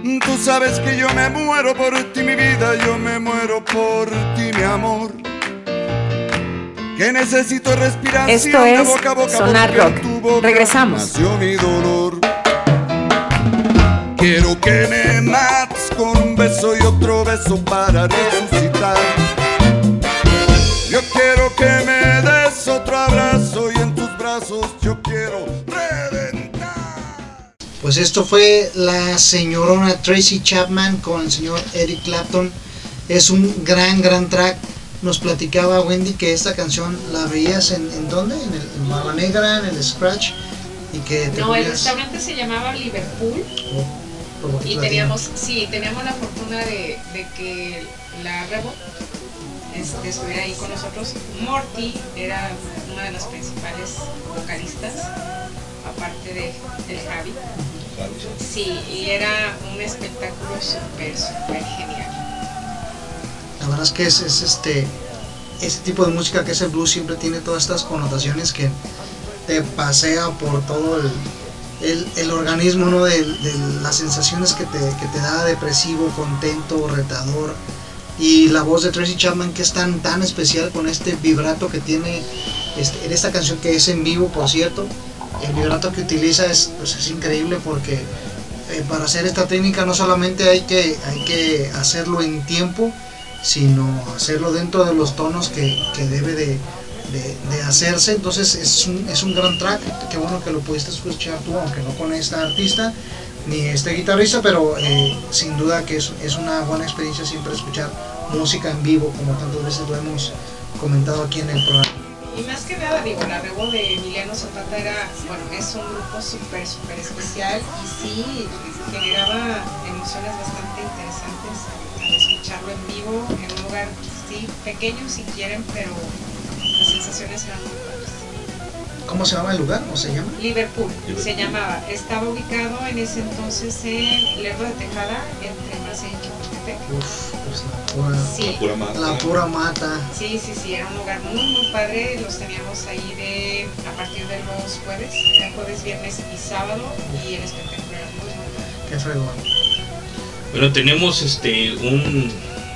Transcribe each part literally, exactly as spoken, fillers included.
Tú sabes que yo me muero por ti, mi vida, yo me muero por ti, mi amor. Que necesito respiración. Esto es de boca a boca, Sonar Rock. Regresamos. Nació mi dolor. Quiero que me mates con un beso y otro beso para resucitar. Yo quiero que me des otro abrazo y en tus brazos yo quiero reventar. Pues esto fue la señorona Tracy Chapman con el señor Eric Clapton. Es un gran, gran track. Nos platicaba Wendy que esta canción la veías en, ¿en dónde? En el en Barba Negra, en el Scratch. Y que te no, ponías... el restaurante se llamaba Liverpool. Oh, y teníamos, sí, teníamos la fortuna de, de que la Rebo este, estuviera ahí con nosotros. Morty era una de las principales vocalistas, aparte de, del Javi. Sí, y era un espectáculo súper, súper genial. La verdad es que es, es este ese tipo de música que es el blues siempre tiene todas estas connotaciones que te pasea por todo el, el, el organismo, ¿no? De, de las sensaciones que te, que te da depresivo, contento, retador. Y la voz de Tracy Chapman, que es tan, tan especial con este vibrato que tiene este, en esta canción, que es en vivo, por cierto. El vibrato que utiliza es, pues, es increíble porque eh, para hacer esta técnica no solamente hay que, hay que hacerlo en tiempo, sino hacerlo dentro de los tonos que, que debe de, de, de hacerse. Entonces es un, es un gran track. Qué bueno que lo pudiste escuchar tú, aunque no con esta artista ni este guitarrista, pero eh, sin duda que es, es una buena experiencia siempre escuchar música en vivo, como tantas veces lo hemos comentado aquí en el programa. Y más que nada, digo, la Rebo de Emiliano Zapata era, bueno, es un grupo súper, súper especial y sí generaba emociones bastante interesantes al escucharlo en vivo, en un lugar, sí, pequeño si quieren, pero las sensaciones eran muy buenas. ¿Cómo se llama el lugar? ¿O se llama? Liverpool, Liverpool, se llamaba. Estaba ubicado en ese entonces en Lerdo de Tejada, entre Masaya y Chapultepec. Uf, pues la pura, sí. la pura mata. La pura mata. Sí, sí, sí, era un lugar muy, muy padre. Los teníamos ahí de a partir de los jueves, era jueves, viernes y sábado, y el espectáculo era muy, muy padre. Qué fregón. Bueno, tenemos este un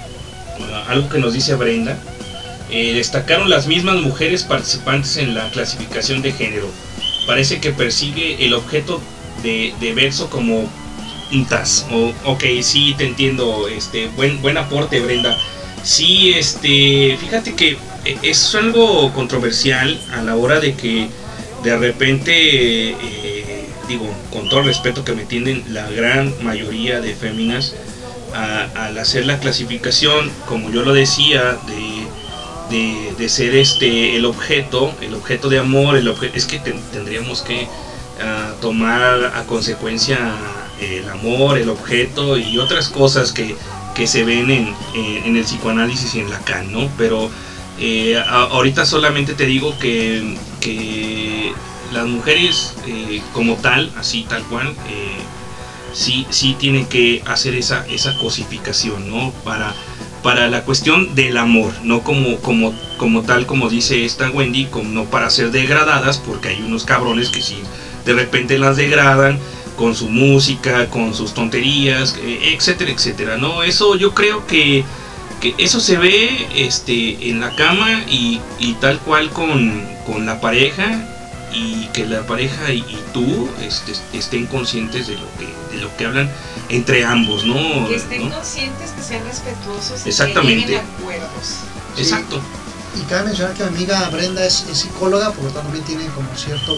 algo que nos dice Brenda. Eh, destacaron las mismas mujeres participantes en la clasificación de género. Parece que persigue el objeto de, de verso como un tas. O, ok, sí, te entiendo. Este, buen, buen aporte, Brenda. Sí, este, fíjate que es algo controversial a la hora de que de repente, eh, digo, con todo el respeto que me tienen la gran mayoría de féminas, a, al hacer la clasificación, como yo lo decía, de De, de ser este el objeto, el objeto de amor, el objeto, es que ten, tendríamos que uh, tomar a consecuencia el amor, el objeto y otras cosas que, que se ven en, en, en el psicoanálisis y en Lacan, ¿no? Pero eh, a, ahorita solamente te digo que, que las mujeres eh, como tal, así tal cual, eh, sí, sí tienen que hacer esa, esa cosificación, ¿no? Para para la cuestión del amor, no como, como, como tal como dice esta Wendy, como no para ser degradadas, porque hay unos cabrones que sí de repente las degradan con su música, con sus tonterías, etcétera, etcétera, ¿no? Eso yo creo que, que eso se ve este, en la cama y, y tal cual con, con la pareja, y que la pareja y, y tú este, estén conscientes de lo que de lo que hablan entre ambos, ¿no? Que estén ¿no? conscientes, que sean respetuosos, exactamente, y que lleguen a acuerdos. Sí. Exacto. Y cabe mencionar que mi amiga Brenda es, es psicóloga, por lo tanto también tiene como cierto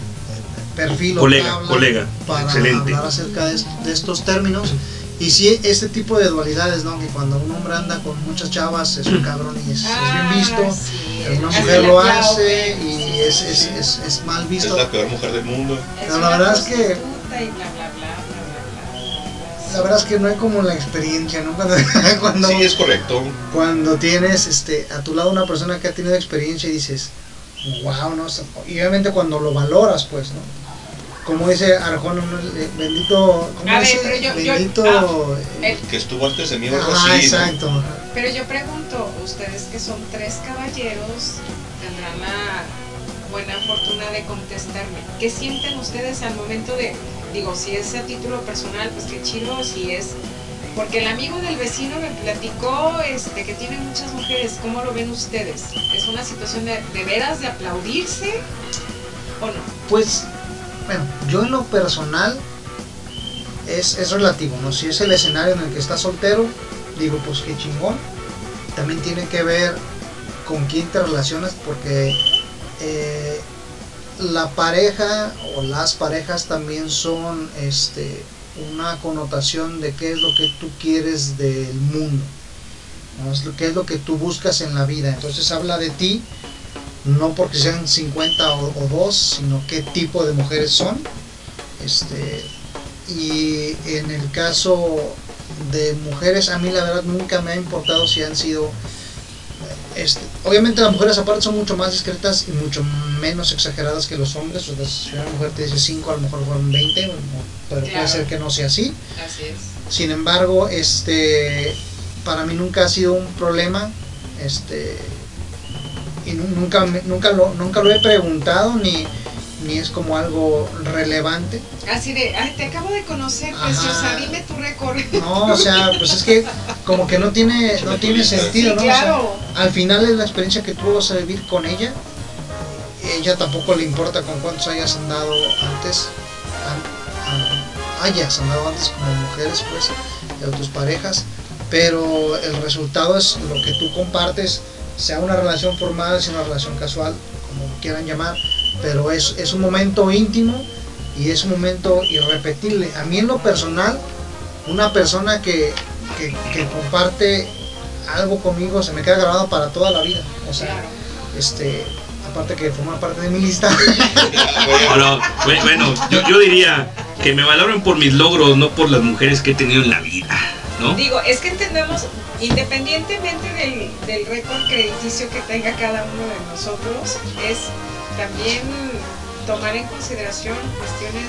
perfil colega, o colega, para excelente. hablar acerca de, de estos términos. Y sí, este tipo de dualidades, ¿no? Que cuando un hombre anda con muchas chavas es un cabrón y es, ah, es bien visto, sí. pero una Así mujer lo clave, hace y sí, es, sí. es, es, es mal visto. Es la peor mujer del mundo. Pero la verdad es que y bla, bla, bla, bla, bla, bla. la verdad es que no hay como la experiencia, ¿no? Cuando, cuando, sí, es correcto. Cuando tienes este, a tu lado una persona que ha tenido experiencia y dices, wow, ¿no? Y obviamente cuando lo valoras, pues, ¿no? Como dice Arjona, bendito, ¿cómo a dice? ver, pero yo, bendito, yo, ah, el que estuvo antes de mí, algo ah, así, exacto. ¿no? Pero yo pregunto, ustedes que son tres caballeros, tendrán la buena fortuna de contestarme. ¿Qué sienten ustedes al momento de digo, si es a título personal, pues qué chido, si es... Porque el amigo del vecino me platicó este, que tiene muchas mujeres. ¿Cómo lo ven ustedes? ¿Es una situación de, de veras de aplaudirse o no? Pues, bueno, yo en lo personal es, es relativo, ¿no? Si es el escenario en el que estás soltero, digo, pues qué chingón. También tiene que ver con quién te relacionas, porque eh, la pareja o las parejas también son este una connotación de qué es lo que tú quieres del mundo, ¿no? Es lo, qué es lo que tú buscas en la vida. Entonces habla de ti, no porque sean cincuenta o, o dos, sino qué tipo de mujeres son. Este, y en el caso de mujeres, a mí la verdad nunca me ha importado si han sido... Este, obviamente las mujeres aparte son mucho más discretas y mucho menos exageradas que los hombres. O sea, si una mujer te dice cinco, a lo mejor fueron veinte, pero claro, puede ser que no sea así. Así es. Sin embargo, este, para mí nunca ha sido un problema, este, y nunca, nunca, lo, nunca lo he preguntado ni, ni es como algo relevante. Así de, ay, te acabo de conocer, preciosa, dime tu récord. No, o sea, pues es que como que no tiene, no tiene sentido, sí, ¿no? Claro. O sea, al final es la experiencia que tú vas a vivir con ella. Ella tampoco le importa con cuántos hayas andado antes, an, an, hayas andado antes como mujeres, pues, de tus parejas, pero el resultado es lo que tú compartes, sea una relación formal, sea una relación casual, como quieran llamar, pero es, es un momento íntimo y es un momento irrepetible. A mí en lo personal, una persona que, que, que comparte algo conmigo se me queda grabado para toda la vida. O sea, claro. este, aparte que forma parte de mi lista. Bueno, bueno yo, yo diría que me valoren por mis logros, no por las mujeres que he tenido en la vida, ¿no? Digo, es que entendemos, independientemente del, del récord crediticio que tenga cada uno de nosotros, es también tomar en consideración cuestiones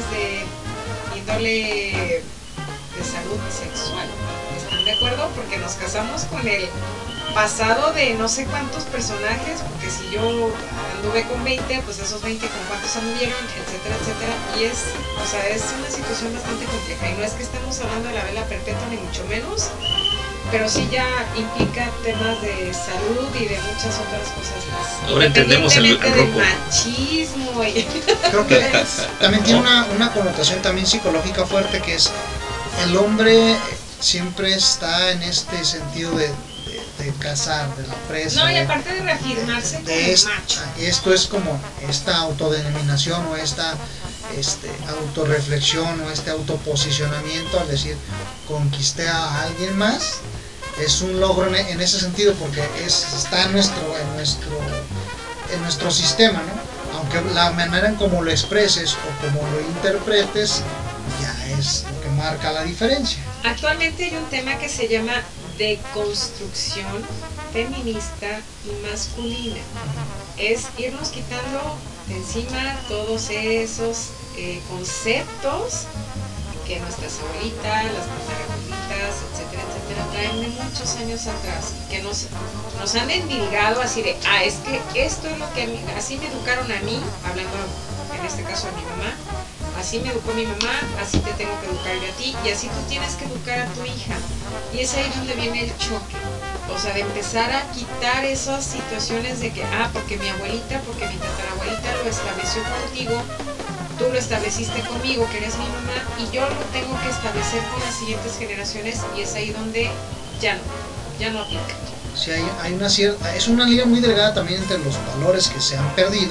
de índole de salud sexual. ¿Están de acuerdo? Porque nos casamos con el pasado de no sé cuántos personajes, porque si yo anduve con veinte, pues esos veinte con cuántos anduvieron, etcétera, etcétera. Y es, o sea, es una situación bastante compleja. Y no es que estemos hablando de la vela perpetua, ni mucho menos, pero sí ya implica temas de salud y de muchas otras cosas más. Ahora entendemos el, el del machismo y... Creo que también tiene una, una connotación también psicológica fuerte, que es el hombre siempre está en este sentido de, de, de cazar, de la presa. No, y aparte de reafirmarse como es, macho. Esto es como esta autodenominación o esta este, autorreflexión o este autoposicionamiento al decir conquisté a alguien más. Es un logro en, en ese sentido, porque es, está en nuestro, en nuestro en nuestro sistema, ¿no? Aunque la manera en cómo lo expreses o cómo lo interpretes ya es lo que marca la diferencia. Actualmente hay un tema que se llama deconstrucción feminista y masculina. Es irnos quitando de encima todos esos eh, conceptos que nuestras abuelitas, las abuelitas, etcétera, etcétera, traen de muchos años atrás, que nos, nos han endilgado así de, ah, es que esto es lo que a mí, así me educaron a mí, hablando en este caso a mi mamá, así me educó mi mamá, así te tengo que educar yo a ti, y así tú tienes que educar a tu hija. Y es ahí donde viene el choque, o sea, de empezar a quitar esas situaciones de que, ah, porque mi abuelita, porque mi tatarabuelita lo estableció contigo, tú lo estableciste conmigo, que eres mi mamá, y yo lo tengo que establecer con las siguientes generaciones, y es ahí donde ya no, ya no aplica. Sí, hay, hay una cierta, es una línea muy delgada también entre los valores que se han perdido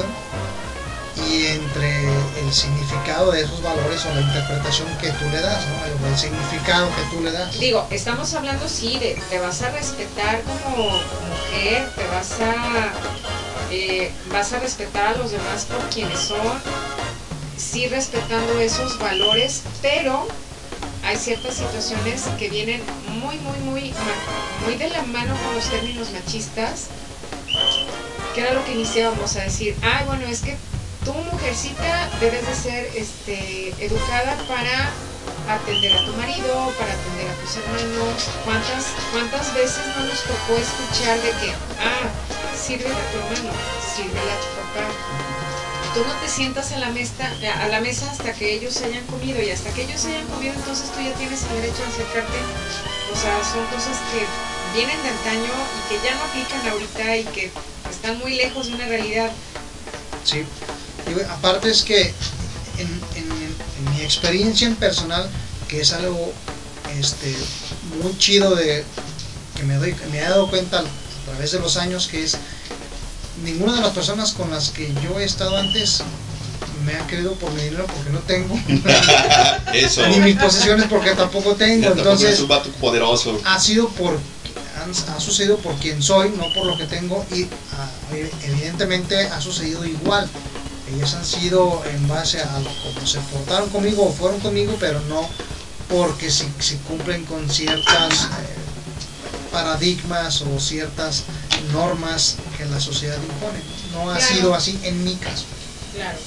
y entre el significado de esos valores o la interpretación que tú le das, ¿no? El significado que tú le das. Digo, estamos hablando, sí, de te vas a respetar como mujer, te vas a, eh, vas a respetar a los demás por quienes son, sí respetando esos valores, pero hay ciertas situaciones que vienen muy, muy, muy, muy de la mano con los términos machistas, que era lo que iniciábamos a decir, ah, bueno, es que tú, mujercita, debes de ser este, educada para atender a tu marido, para atender a tus hermanos. ¿Cuántas, cuántas veces no nos tocó escuchar de que, ah, sírvele a tu hermano, sírvele a tu papá? tú no te sientas a la mesa, a la mesa hasta que ellos se hayan comido, y hasta que ellos se hayan comido, entonces tú ya tienes el derecho a acercarte. O sea, son cosas que vienen de antaño y que ya no aplican ahorita y que están muy lejos de una realidad. Sí, y aparte es que en, en, en mi experiencia en personal, que es algo este, muy chido de que me, doy, me he dado cuenta a través de los años, que es ninguna de las personas con las que yo he estado antes me han querido por mi dinero porque no tengo. Eso. Ni mis posesiones porque tampoco tengo. Ya, Entonces es un vato poderoso. ha sido por ha sucedido por quien soy, no por lo que tengo, y uh, evidentemente ha sucedido igual. Ellos han sido en base a lo, como se portaron conmigo o fueron conmigo, pero no porque si, si cumplen con ciertas eh, paradigmas o ciertas normas que la sociedad impone. No ha Claro. sido así en mi caso. Claro.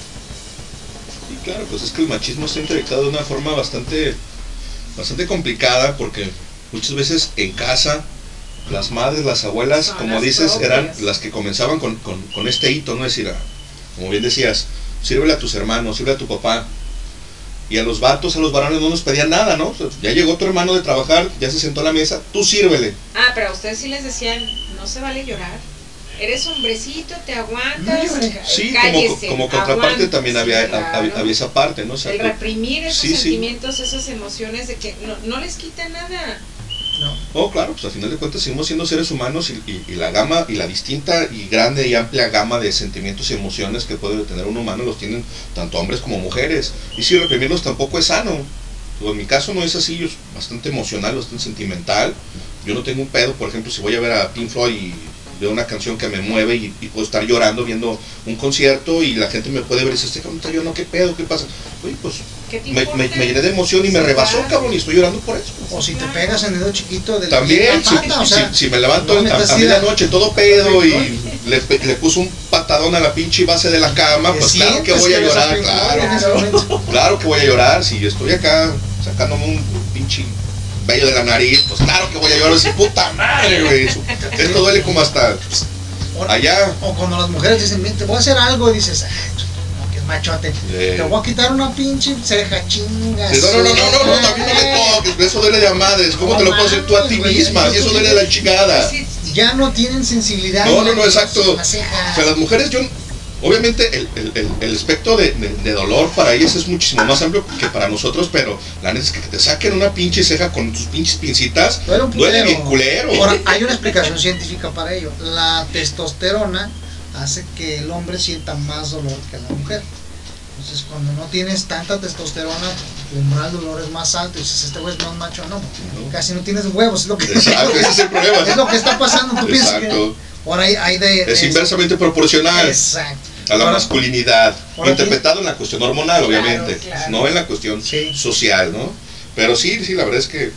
Y claro, pues es que el machismo está intelectado de una forma bastante, bastante complicada, porque muchas veces en casa las madres, las abuelas, Son como las dices, propias. eran las que comenzaban con, con, con este hito, ¿no? Es decir, ah, como bien decías, sírvele a tus hermanos, sírvele a tu papá. Y a los vatos, a los varones no nos pedían nada, ¿no? O sea, ya llegó tu hermano de trabajar, ya se sentó a la mesa, tú sírvele. Ah, pero a ustedes sí les decían, no se vale llorar. Eres hombrecito, te aguantas. No llores. ca- Sí, como, cállese, como contraparte aguántese, también había, claro. había, había esa parte, ¿no? O sea, El reprimir esos sí, sí. sentimientos, esas emociones de que no, no les quita nada. No. Oh, claro, pues al final de cuentas seguimos siendo seres humanos y, y, y la gama y la distinta y grande y amplia gama de sentimientos y emociones que puede tener un humano los tienen tanto hombres como mujeres. Y si reprimirlos tampoco es sano. Pues, en mi caso no es así, yo soy bastante emocional, bastante sentimental. Yo no tengo un pedo, por ejemplo, si voy a ver a Pink Floyd y veo una canción que me mueve y, y puedo estar llorando viendo un concierto y la gente me puede ver y dice, este cabrón está llorando, ¿qué pedo? ¿Qué pasa? Oye, pues ¿Qué te me, importa? me, me llené de emoción y me Sí, rebasó, claro. cabrón, y estoy llorando por eso. O si te Claro. pegas en el dedo chiquito de También, la pata, si, o sea, si, si me levanto no a, a necesidad. medianoche todo pedo y le, pe- le puso un patadón a la pinche base de la cama, que pues claro que sientes voy a que ves llorar, Pink Floyd claro. en ese momento. Claro que voy a llorar, si yo estoy acá sacándome un pinche vello de la nariz, pues claro que voy a llorar, así, puta madre, güey. su- Esto duele como hasta pues, O- allá. O cuando las mujeres dicen, "Mira, te voy a hacer algo", y dices, "Ay, no, que es machote. Eh. Te voy a quitar una pinche ceja, chinga. No, no, no, no, no, no, también no me toques, eso duele de a madres. ¿Cómo No te lo puedes hacer tú a ti mames, güey, misma? Si eso duele de la chingada. Sí, Ya no tienen sensibilidad. No, no, en no, exacto. la ceja. O sea, las mujeres, yo, obviamente el, el, el, el espectro de, de, de dolor para ellas es muchísimo más amplio que para nosotros, pero la neta es que, que te saquen una pinche ceja con tus pinches pincitas, Duele un duele putero. bien culero. Ahora, hay una explicación científica para ello. La testosterona hace que el hombre sienta más dolor que la mujer. Entonces, cuando no tienes tanta testosterona, tu umbral de dolor es más alto y dices, este güey es más macho. No, No. casi no tienes huevos, es lo que, Exacto, ese es el problema. es lo que está pasando. Tú piensas que Exacto. ahora hay, hay de, Es de- inversamente proporcional Exacto. a la Ahora, masculinidad, ahora interpretado en la cuestión hormonal, Claro, obviamente, claro. no en la cuestión Sí. social, ¿no? Pero sí, sí, la verdad es que,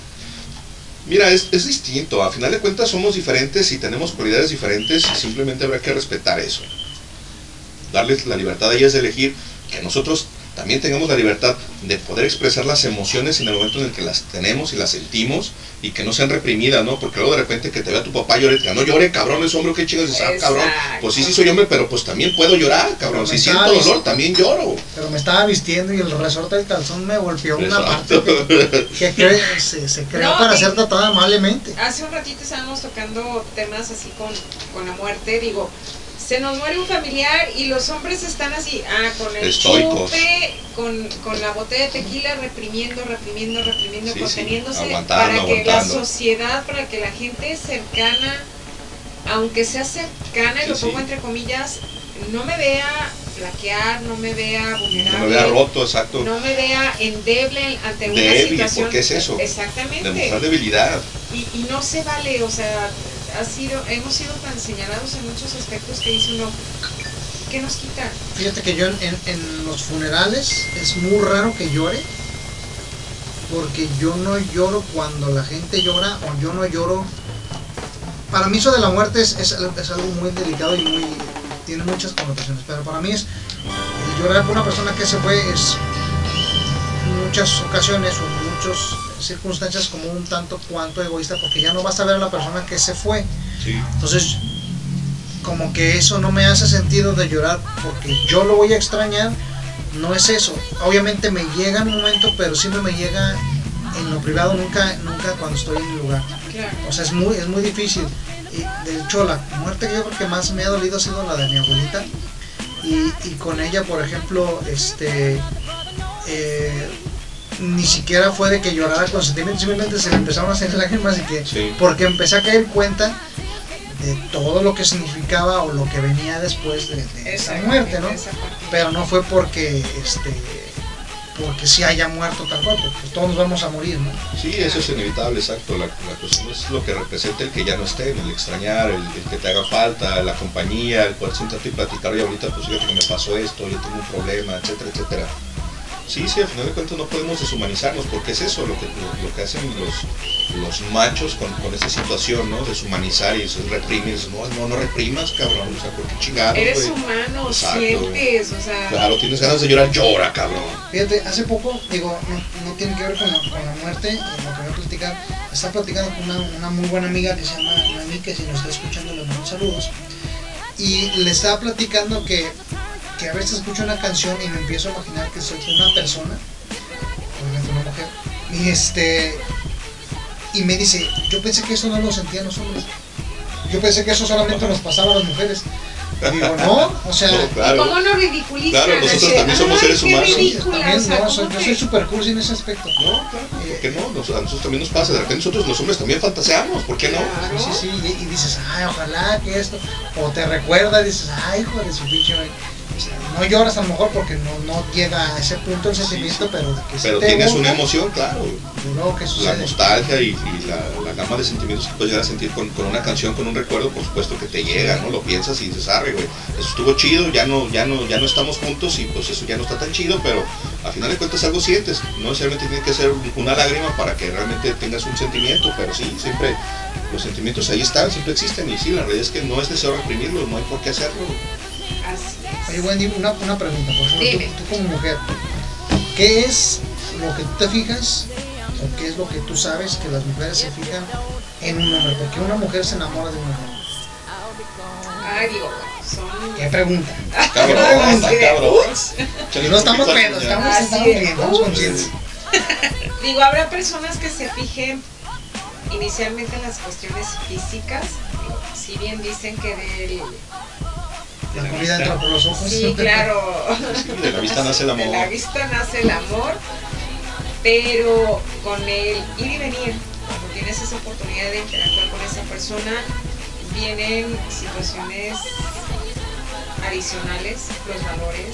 mira, es, es distinto, a final de cuentas somos diferentes y tenemos cualidades diferentes y simplemente habrá que respetar eso. Darles la libertad a ellas de elegir, que nosotros también tengamos la libertad de poder expresar las emociones en el momento en el que las tenemos y las sentimos y que no sean reprimidas, ¿no? Porque luego de repente que te vea tu papá llore, te diga, no llore, cabrón, es hombre, qué chingas, dices, ah, cabrón, Exacto. pues sí, sí soy hombre, pero pues también puedo llorar, cabrón, Pero si me siento estaba dolor, también lloro. pero me estaba vistiendo y el resorte del calzón me golpeó una parte Exacto. que, que cre- se, se creó No, para y- ser tratada amablemente. Hace un ratito estábamos tocando temas así con, con la muerte, digo, se nos muere un familiar y los hombres están así, ah, con el Estoicos. chupe, con, con la botella de tequila, reprimiendo, reprimiendo, reprimiendo, Sí, conteniéndose, sí, aguantando, para que la aguantando. sociedad, para que la gente cercana, aunque sea cercana, y Sí, lo sí. pongo entre comillas, no me vea flaquear, no me vea vulnerable, No me vea roto, exacto. no me vea endeble ante una Débil, situación. porque es eso. Exactamente. Demostrar debilidad. Y, y no se vale, o sea, ha sido, hemos sido tan señalados en muchos aspectos que dice uno, ¿qué nos quita? Fíjate que yo en, en- en los funerales es muy raro que llore, porque yo no lloro cuando la gente llora, o yo no lloro. Para mí eso de la muerte es, es, es algo muy delicado y muy tiene muchas connotaciones, pero para mí es el llorar por una persona que se fue es en muchas ocasiones o en muchas circunstancias como un tanto cuanto egoísta, porque ya no vas a ver a la persona que se fue. Sí. Entonces, como que eso no me hace sentido de llorar porque yo lo voy a extrañar, no es eso. Obviamente me llega en un momento, pero siempre me llega en lo privado, nunca, nunca cuando estoy en el lugar. Claro. O sea, es muy, es muy difícil. Y de hecho, la muerte que yo creo que más me ha dolido ha sido la de mi abuelita. Y, y con ella, por ejemplo, este eh, ni siquiera fue de que llorara con sentimientos, simplemente se me empezaron a hacer lágrimas y que, Sí. porque empecé a caer cuenta de todo lo que significaba o lo que venía después de, de esa muerte, ¿no? Pero no fue porque este porque sí haya muerto tal cual, porque pues todos nos vamos a morir, ¿no? Sí, eso es inevitable, exacto. La, la cuestión es lo que representa el que ya no esté, el extrañar, el, el que te haga falta, la compañía, el poder sentarte y platicar, y ahorita pues fíjate que me pasó esto, yo tengo un problema, etcétera, etcétera. Sí, sí, al final de cuentas no podemos deshumanizarnos, porque es eso lo que, lo, lo que hacen los, los machos con, con esta situación, ¿no? Deshumanizar y eso, reprimir, no, no, no reprimas, cabrón, o sea, porque chingados, Eres wey. humano, Exacto. sientes, o sea... Claro, tienes ganas de llorar, llora, cabrón. Fíjate, hace poco, digo, no, no tiene que ver con la, con la muerte, en lo que voy a platicar, estaba platicando con una, una muy buena amiga que se llama Nani, que si nos está escuchando le mando saludos, y le estaba platicando que que a veces escucho una canción y me empiezo a imaginar que soy una persona, obviamente una mujer, y este y me dice, yo pensé que eso no lo sentían los hombres, yo pensé que eso solamente nos pasaba a las mujeres. Digo, no, o sea, No, claro. ¿Y cómo no ridiculizan? Claro, nosotros Dice, también somos "Ay, seres qué humanos". ridícula", también, o sea, no, soy, ¿cómo yo que? soy super cursi en ese aspecto. No, claro, ¿por qué no? Nos- a nosotros también nos pasa, de repente nosotros los hombres también fantaseamos, ¿por qué no? Claro. Sí, sí, sí, y, y dices, ay, ojalá que esto, o te recuerda y dices, ay, hijo de su pinche, o sea, no lloras a lo mejor porque no, no llega a ese punto el sentimiento, Sí, sí. pero de que sí Pero te tienes evoca, una emoción, claro. de luego que La sucede. nostalgia y, y la, la gama de sentimientos que puedes llegar a sentir con, con una canción, con un recuerdo, por supuesto que te llega, ¿no? Lo piensas y dices, arre, güey, eso estuvo chido, ya no, ya no, ya no estamos juntos y pues eso ya no está tan chido, pero al final de cuentas algo sientes, no necesariamente tiene que ser una lágrima para que realmente tengas un sentimiento, pero sí, siempre los sentimientos ahí están, siempre existen, y sí, la realidad es que no es necesario reprimirlos, no hay por qué hacerlo. Así es. Oye, Wendy, una, una pregunta, por ejemplo, Dime. tú, tú como mujer, ¿qué es lo que tú te fijas o qué es lo que tú sabes que las mujeres se fijan en un hombre? ¿Por qué una mujer se enamora de un hombre? Ah, digo, son... ¿Qué pregunta? Cabrón, pregunta? está cabrón. Chale, No estamos poquito pedos, ya. estamos, Así estamos es. bien, estamos Uh. conscientes. Digo, habrá personas que se fijen inicialmente en las cuestiones físicas, si bien dicen que del... La comida entra por los ojos. Sí, claro. Sí, de la vista nace el amor. De la vista nace el amor, pero con el ir y venir, cuando tienes esa oportunidad de interactuar con esa persona, vienen situaciones adicionales, los valores,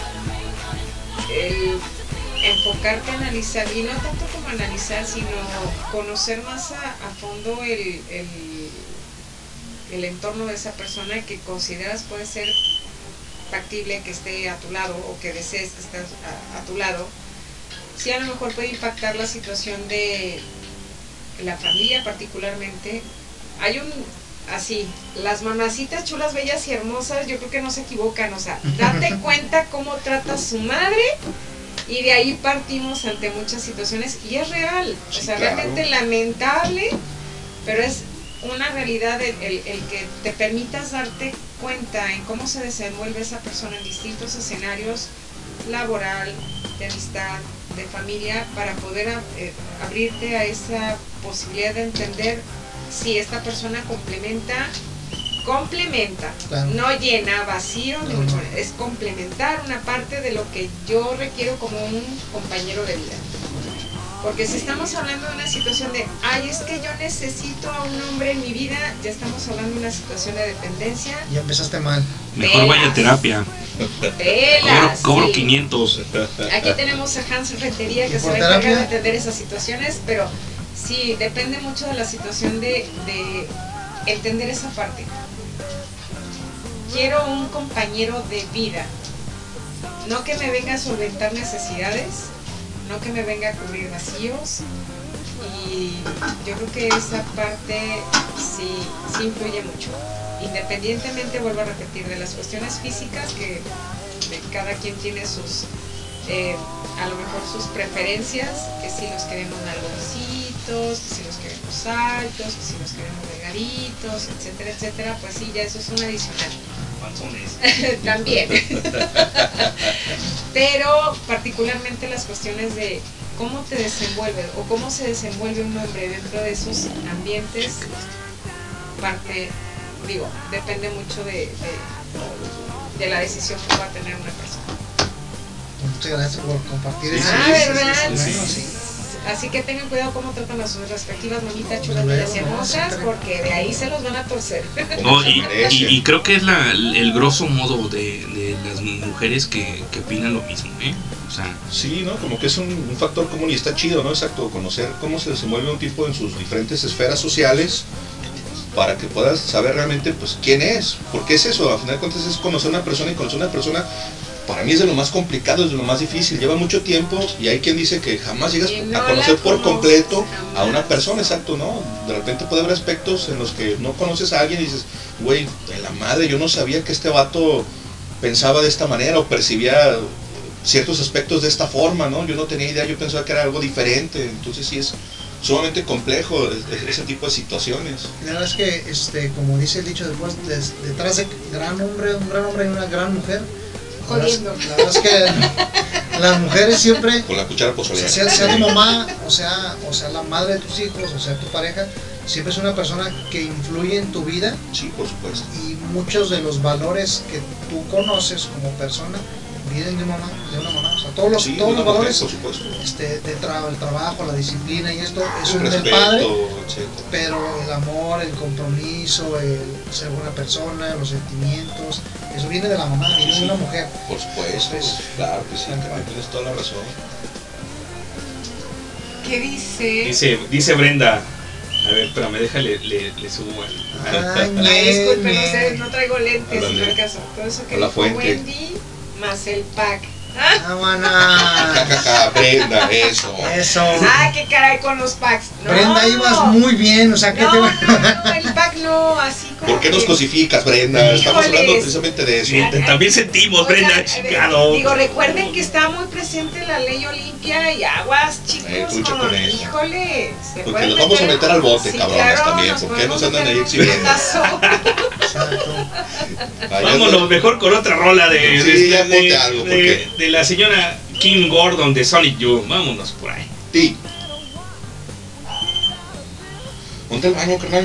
el enfocarte a analizar, y no tanto como analizar, sino conocer más a, a fondo el, el, el entorno de esa persona que consideras puede ser factible que esté a tu lado o que desees que esté a, a tu lado. Sí, a lo mejor puede impactar la situación de la familia particularmente. Hay un, así, las mamacitas chulas, bellas y hermosas, yo creo que no se equivocan, o sea, date cuenta cómo trata su madre y de ahí partimos ante muchas situaciones y es real, o Sí, sea, claro. realmente lamentable, pero es una realidad el, el, el que te permitas darte cuenta en cómo se desenvuelve esa persona en distintos escenarios laboral, de amistad, de familia, para poder eh, abrirte a esa posibilidad de entender si esta persona complementa, complementa, Claro. no llena vacío, No, ni no. mucho menos, es complementar una parte de lo que yo requiero como un compañero de vida. Porque si estamos hablando de una situación de, ay, es que yo necesito a un hombre en mi vida, ya estamos hablando de una situación de dependencia. Ya empezaste mal. Mejor vaya a terapia. Cobro, Velas, cobro sí. quinientos. Aquí tenemos a Hans Rentería que se ¿Por va a encargar terapia? de atender esas situaciones, pero sí, depende mucho de la situación de, de entender esa parte. Quiero un compañero de vida, no que me venga a solventar necesidades, no que me venga a cubrir vacíos, y yo creo que esa parte sí, sí influye mucho, independientemente, vuelvo a repetir, de las cuestiones físicas, que de cada quien tiene sus, eh, a lo mejor sus preferencias, que si los queremos nalgoncitos, que si los queremos queremos altos, que si los queremos delgaditos, etcétera, etcétera, pues sí, ya eso es un adicional. También. Pero particularmente las cuestiones de cómo te desenvuelves o cómo se desenvuelve un hombre dentro de esos ambientes, parte, digo, depende mucho de, de, de la decisión que va a tener una persona. Muchas gracias por compartir eso. Ah, ¿verdad? Sí, sí, sí. Así que tengan cuidado cómo tratan a sus respectivas mamitas chulas, bellas y hermosas, porque de ahí se los van a torcer. No, y, y, y creo que es la, el grosso modo de, de las mujeres que, que opinan lo mismo, ¿eh? O sea, sí, ¿no? Como que es un, un factor común y está chido, ¿no? Exacto, conocer cómo se desenvuelve un tipo en sus diferentes esferas sociales para que puedas saber realmente, pues, quién es. Porque es eso, a final de cuentas es conocer a una persona, y conocer a una persona para mí es de lo más complicado, es de lo más difícil, lleva mucho tiempo y hay quien dice que jamás llegas no a conocer por completo jamás. a una persona, exacto, ¿no? De repente puede haber aspectos en los que no conoces a alguien y dices, güey, de la madre, yo no sabía que este vato pensaba de esta manera o percibía ciertos aspectos de esta forma, ¿no? Yo no tenía idea, yo pensaba que era algo diferente, entonces sí es sumamente complejo ese tipo de situaciones. La verdad es que, este, como dice el dicho, después, des, detrás de gran hombre, un gran hombre y una gran mujer, jodiendo. La verdad es que las mujeres siempre, con la cuchara pozolera, sea, sea tu mamá, o sea, o sea la madre de tus hijos, o sea tu pareja, siempre es una persona que influye en tu vida. Sí, por supuesto. Y muchos de los valores que tú conoces como persona vienen de, mamá, de una mamá. O sea, todos los, sí, todos los valores, por supuesto. Este, de tra el trabajo, la disciplina y esto, eso el es respeto, del padre. etcétera. Pero el amor, el compromiso, el ser buena persona, los sentimientos, eso viene de la mamá, viene sí, de una mujer. Por supuesto, Entonces, claro que sí, tienes toda la razón. ¿Qué dice? Dice, dice Brenda. A ver, espérame, déjale, le, le subo al... Ay, Ay, disculpen, nene. ustedes, no traigo lentes, Háblale. si no acaso. Todo eso que A la dijo fuente. Wendy, más el pack. Vámonos. Brenda, eso. Eso. Ah, qué caray con los packs. No. Brenda, ibas muy bien, o sea, ¿qué no, te no, va? no, no, el pack no, así como ¿Por qué nos que- cosificas, Brenda? Estamos Híjoles. hablando precisamente de eso. Sí, también sentimos, Oigan, Brenda, eh, chingado. Digo, recuerden que está muy presente la ley Olimpia y aguas, chicos. Eh, trucha con eso. Híjole. se Porque pueden los vamos a meter al bote, Sí, cabrones, claro, también. nos ¿Por qué nos podemos andan ahí meter un exhibiendo? putazo. Exacto. Allá Vámonos anda- mejor con otra rola de, Sí, de, ya de, ponte algo, de- porque- de la señora Kim Gordon de Sonic Youth. Vámonos por ahí. Sí. Ponte el baño, carnal.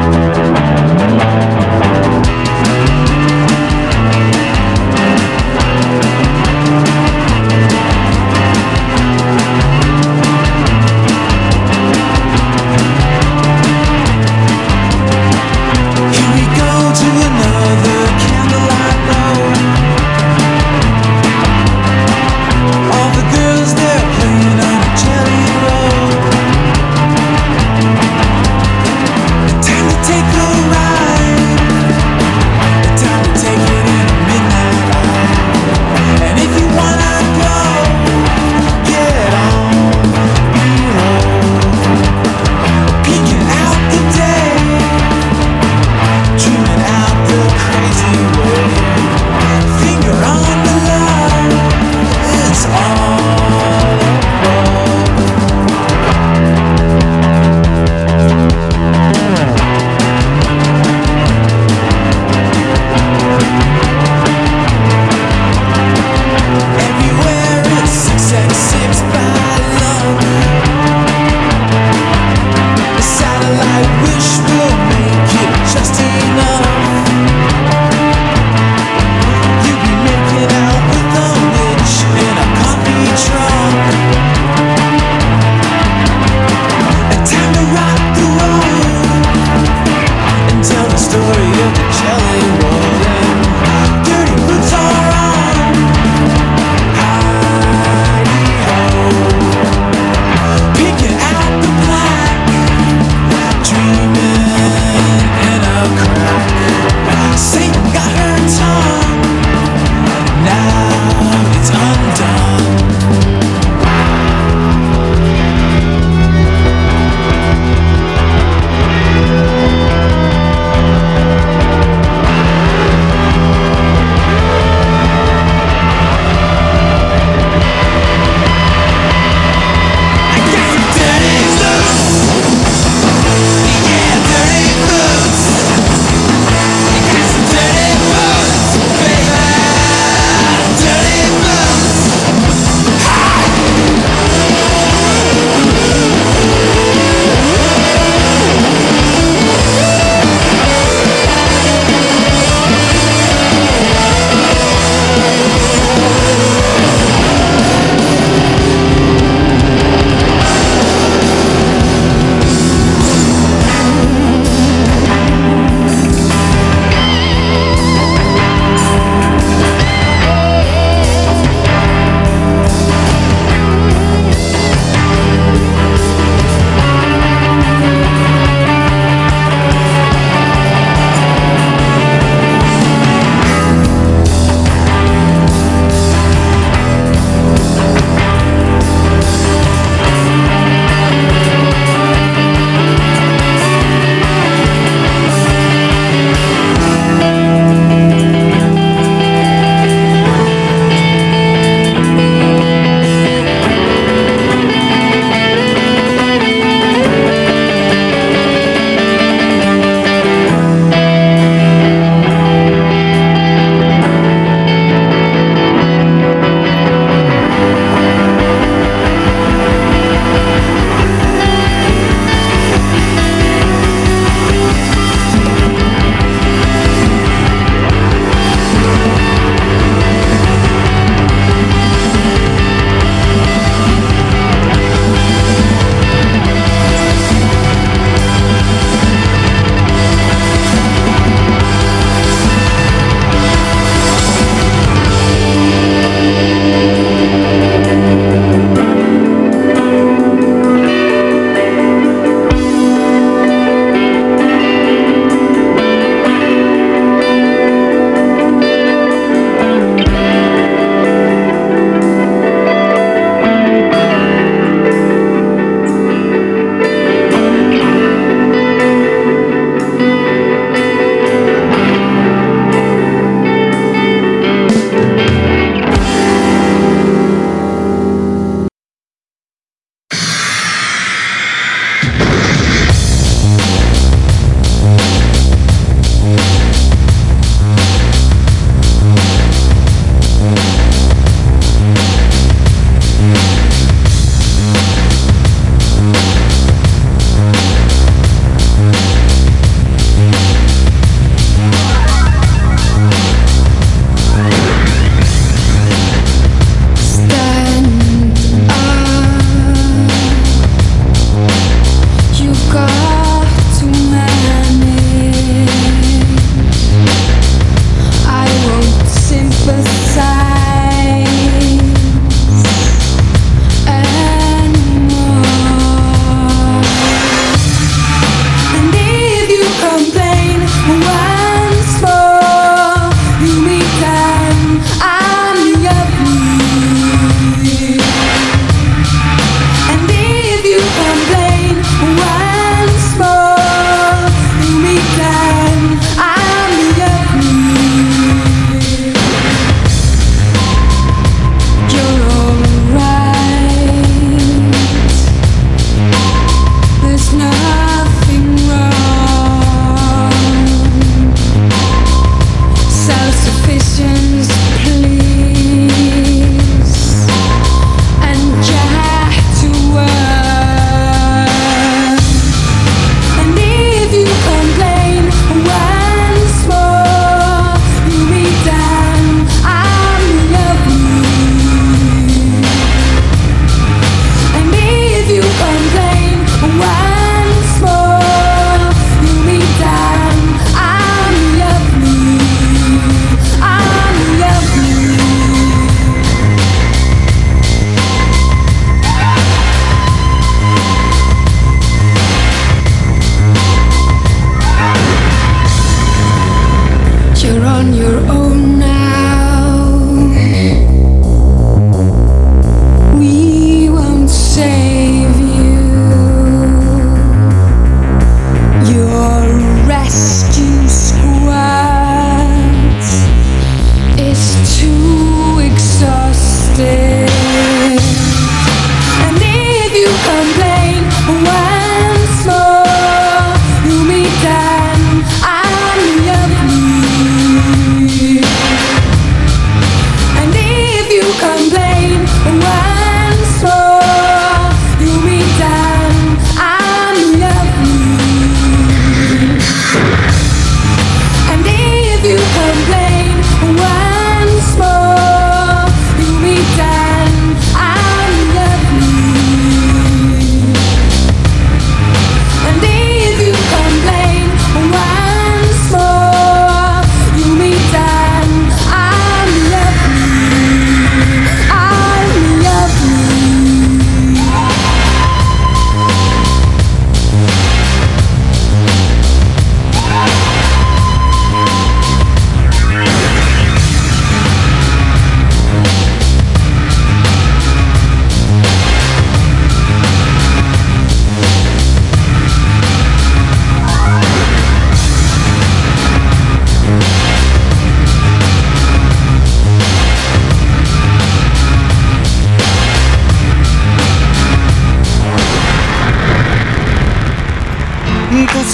Thank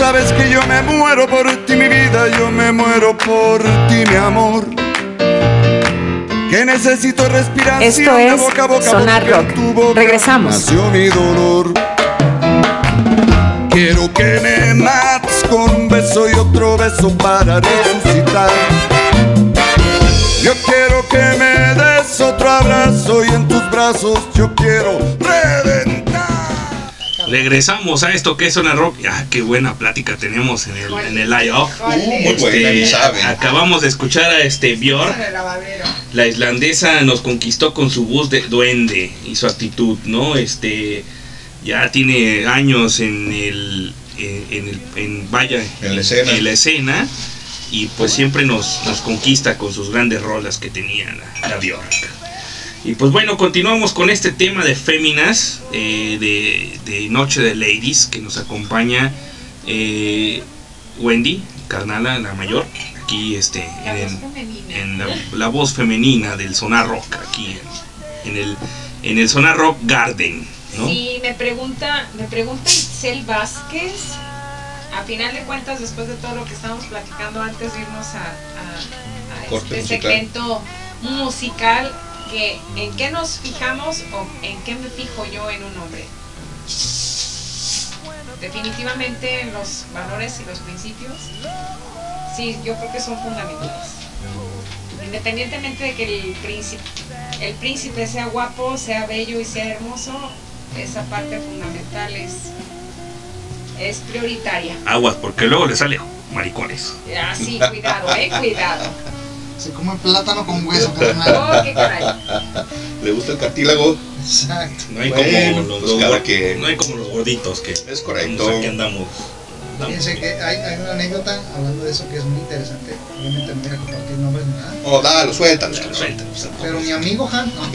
sabes que yo me muero por ti, mi vida, yo me muero por ti, mi amor. Que necesito respiración. Esto es de boca a boca, Sonar Rock. En tu boca Regresamos. nació mi dolor. Quiero que me mates con un beso y otro beso para resucitar. Yo quiero que me des otro abrazo y en tus brazos yo quiero reventar. Regresamos a esto que es Sonar Rock. Ah, qué buena plática tenemos en el, en el live-off. Uh, muy buena, ni saben. Acabamos de escuchar a este Björk. La islandesa nos conquistó con su voz de duende y su actitud, ¿no? Este ya tiene años en el en, en el en vaya en la escena, en la escena y pues siempre nos, nos conquista con sus grandes rolas que tenía la, la Björk. Y pues bueno, continuamos con este tema de féminas, eh, de, de Noche de Ladies, que nos acompaña eh, Wendy, carnala, la mayor, aquí este, La en, voz el- femenina. en la, la voz femenina del Sonar Rock, aquí en, en el, en el Sonar Rock Garden, ¿no? Sí, me pregunta, me pregunta Itzel Vázquez, a final de cuentas, después de todo lo que estábamos platicando antes de irnos a, a, a Corte este musical. segmento musical, que en qué nos fijamos o en qué me fijo yo en un hombre. Definitivamente en los valores y los principios, sí, yo creo que son fundamentales. Independientemente de que el príncipe, el príncipe sea guapo, sea bello y sea hermoso, esa parte fundamental es, es prioritaria. Aguas, porque luego le sale maricones. Ah, sí, cuidado, eh, cuidado. Se come plátano con hueso, carnal. Oh, qué caray. ¿Le gusta el cartílago? Exacto. No hay Bueno, como los, pues los cada gor- quien. no hay como los gorditos que Es correcto. o sea, que andamos. andamos. Fíjense que hay, hay una anécdota hablando de eso que es muy interesante. Obviamente no voy a compartir nombres ni nada. Oh, dalo, suéltalo. Suelta, suelta. Pero mi amigo Han, no,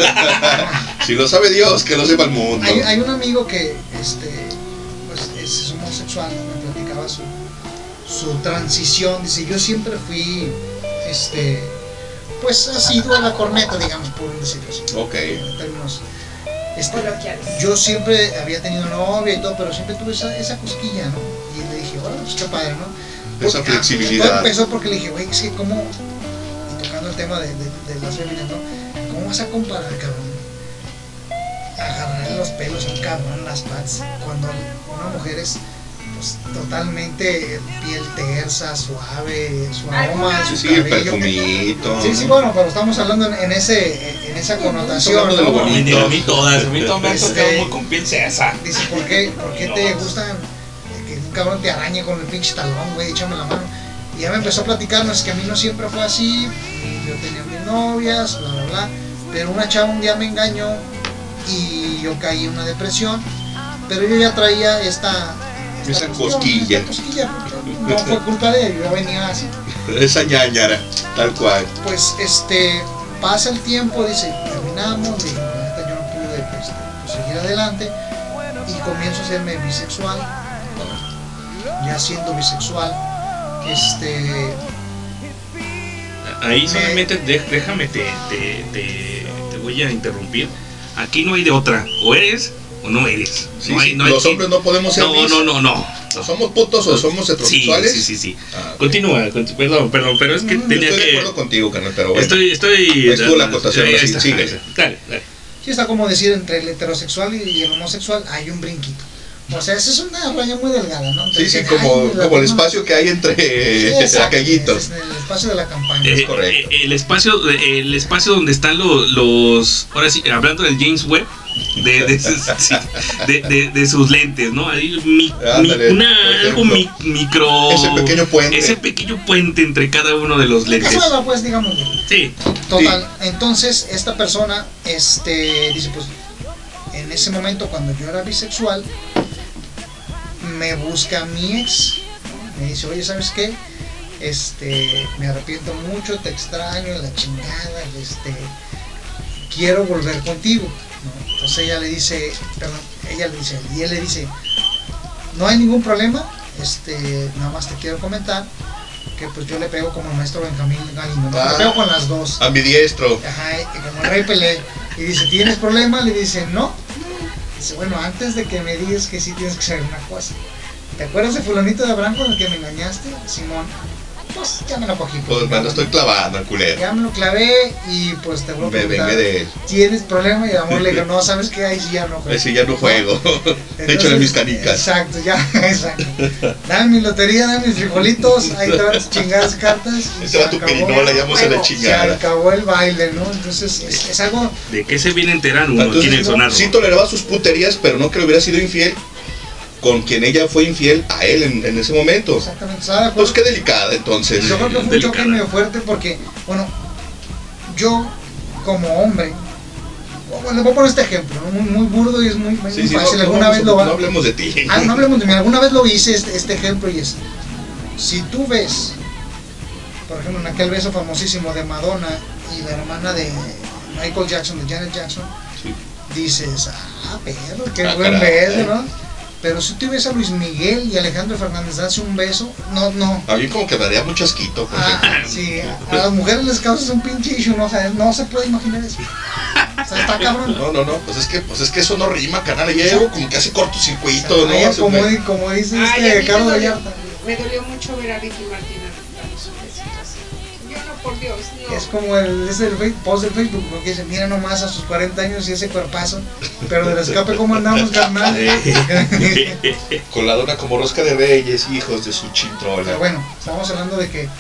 Si lo sabe Dios, que lo sepa el mundo. hay, hay un amigo que este, pues, es homosexual, me platicaba su, su transición. Dice, yo siempre fui, este, pues asiduo a la corneta, digamos, por decirlo así. Ok. En términos, este, Coloquiales. yo siempre había tenido novia y todo, pero siempre tuve esa, esa cosquilla, ¿no? Y le dije, bueno, pues qué padre, ¿no? Esa Porque- flexibilidad. todo empezó porque le dije, güey, es que cómo, y tocando el tema de, de, de las féminas, ¿no? ¿Cómo vas a comparar, cabrón? Agarrar los pelos a un cabrón, las patas, cuando una mujer es pues, totalmente piel tersa, suave, su aroma, Algunas- su Sí, sí, el cabello. perfumito. Sí, sí, bueno, pero estamos hablando en, en ese, en esa connotación, hablando de lo ¿no? bonito. A mí todas, a mí todas me han Este- tocado muy con piel esa. Dice, ¿por qué, por qué te gustan que un cabrón te arañe con el pinche talón, güey? Échame la mano. Y ya me empezó a platicar, no es que a mí no siempre fue así, yo tenía mis novias, bla, bla, bla, pero una chava un día me engañó y yo caí en una depresión, pero yo ya traía esta... esta Esa cuestión, cosquilla. esta cosquilla, porque no fue culpa de él, yo ya venía así. Esa ñañara, tal cual. Pues este, pasa el tiempo, dice, terminamos, digo, la neta yo no pude pues, pues, seguir adelante y comienzo a serme bisexual, ya siendo bisexual, este, Ahí solamente de- déjame, te, te, te, te voy a interrumpir. Aquí no hay de otra. O eres o no eres. Sí, no hay, sí, no hay los que- hombres no podemos ser No, bis. no, no, no. O somos putos o somos Sí, heterosexuales. sí, sí, sí. Ah, ok. Continúa, conti- perdón, perdón, pero es que Mm, tenía estoy de que. acuerdo contigo, carnal, pero bueno. Estoy, estoy. Ahí estuvo la acotación, Ahí así, está, sigue. ahí está. Dale, dale. sí está como decir entre el heterosexual y el homosexual hay un brinquito. O sea, esa es una raya muy delgada, ¿no? Sí, sí, Entonces, como, ay, la como el forma- espacio que hay entre Sí, exacto, aquellitos. es el espacio de la campaña. Eh, Es correcto. eh, el espacio, el espacio donde están los, los, ahora sí, hablando del James Webb, de, de, sus, sí, de, de, de sus lentes, ¿no? Ahí mi, Ándale, mi- una, por algo mi, micro, Ese pequeño puente. ese pequeño puente entre cada uno de los La lentes. casada, pues, digamos. Sí, Total, entonces esta persona este, dice, pues, en ese momento cuando yo era bisexual, me busca mi ex, ¿no? Me dice, oye, ¿sabes qué? Este, me arrepiento mucho, te extraño, la chingada, este, quiero volver contigo, ¿no? Entonces ella le dice, perdón, ella le dice, y él le dice, no hay ningún problema, este, nada más te quiero comentar que pues yo le pego como el maestro Benjamín Galindo, ¿no? Ah. Le pego con las dos. Ambidiestro. Ajá, y como el rey Pelé. Y dice, ¿tienes problema? Le dice, no. Dice, bueno, antes de que me digas que sí tienes que saber una cosa. ¿te acuerdas de fulanito de Abraham con el que me engañaste? Simón. Pues ya me lo cogí. Pues me lo estoy clavando, el culero. Ya me lo clavé y pues te vuelvo a preguntar, vengué de él. ¿Tienes problema? Y el amor le dijo, no, ¿sabes qué? Ahí sí ya no juego. Ahí sí ya no juego. Échale mis canicas. Exacto, ya, exacto. Dame mi lotería, dame mis frijolitos, ahí te van tus chingadas cartas. Ese va tu pirinola, ya vamos a la chingada. Se acabó el baile, ¿no? Entonces es, es algo... ¿De qué se viene a enterar uno aquí en el Sonado? Sí toleraba sus puterías, pero no que le hubiera sido infiel con quien ella fue infiel a él en, en ese momento. Exactamente. ¿Sabe? Pues qué delicada entonces. Yo creo que fue un choque medio fuerte porque, bueno, yo como hombre, bueno, le voy a poner este ejemplo, ¿no? muy, muy burdo y es muy, muy sí, sí, fácil. No, alguna no, vez no, lo va... no hablemos de ti. Ah, no hablemos de mí. Alguna vez lo hice este, este ejemplo y es, si tú ves, por ejemplo, en aquel beso famosísimo de Madonna y la hermana de Michael Jackson, de Janet Jackson, sí. Dices, ah, perro, qué ah, buen carajo, beso, ¿no? Pero si tú ves a Luis Miguel y Alejandro Fernández darse un beso, no, no. A mí como que daría mucho asquito. Ah, sí, a las mujeres les causa un pinche issue, ¿no? O sea, no se puede imaginar eso. O sea, está cabrón. No, no, no, pues es que, pues es que eso no rima, canal. Ya llevo como que hace cortocircuito, o sea, ¿no? Como, me... como dice Ay, este Carlos Vallarta. Me dolió mucho ver a Ricky Martin dando su besito así. Yo no, por Dios, no. Es como el, es el post del Facebook, porque dice, mira nomás a sus cuarenta años y ese cuerpazo, pero del escape cómo andamos, carnal. Con la dona como rosca de reyes, hijos de su chintrola. Pero bueno, estamos hablando de que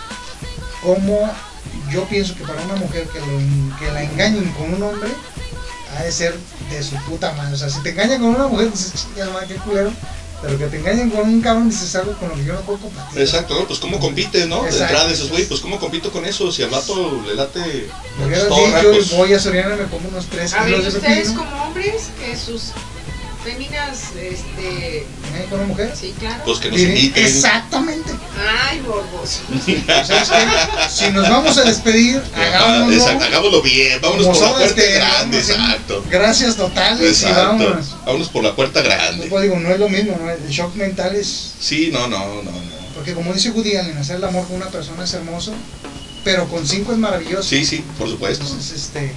como yo pienso que para una mujer que, lo, que la engañen con un hombre, ha de ser de su puta madre. O sea, si te engañan con una mujer, dices, chingas, madre, qué culero. Pero que te engañen con un cabrón, dices algo con lo que yo no puedo compartir. Exacto, ¿no? Pues cómo compites, ¿no? De entrada dices, güey, pues cómo compito con eso, si al vato le late... Me hubieras dicho, pues... voy a Soriana y me como unos tres a kilos ver, de ustedes pepino. como hombres, que sus féminas, este... ¿engañan con una mujer? Sí, claro. Pues que nos inviten. Exactamente. Ay, borboso. ¿Sabes qué? Si nos vamos a despedir, hagámoslo. Exacto, hagámoslo bien, vámonos por la puerta grande, exacto. Gracias totales exacto. y vámonos. Vámonos por la puerta grande. Pues digo, no es lo mismo, ¿no? El shock mental es... Sí, no, no, no, no. Porque como dice Woody Allen, hacer el amor con una persona es hermoso, pero con cinco es maravilloso. Sí, sí, por supuesto. Entonces, este...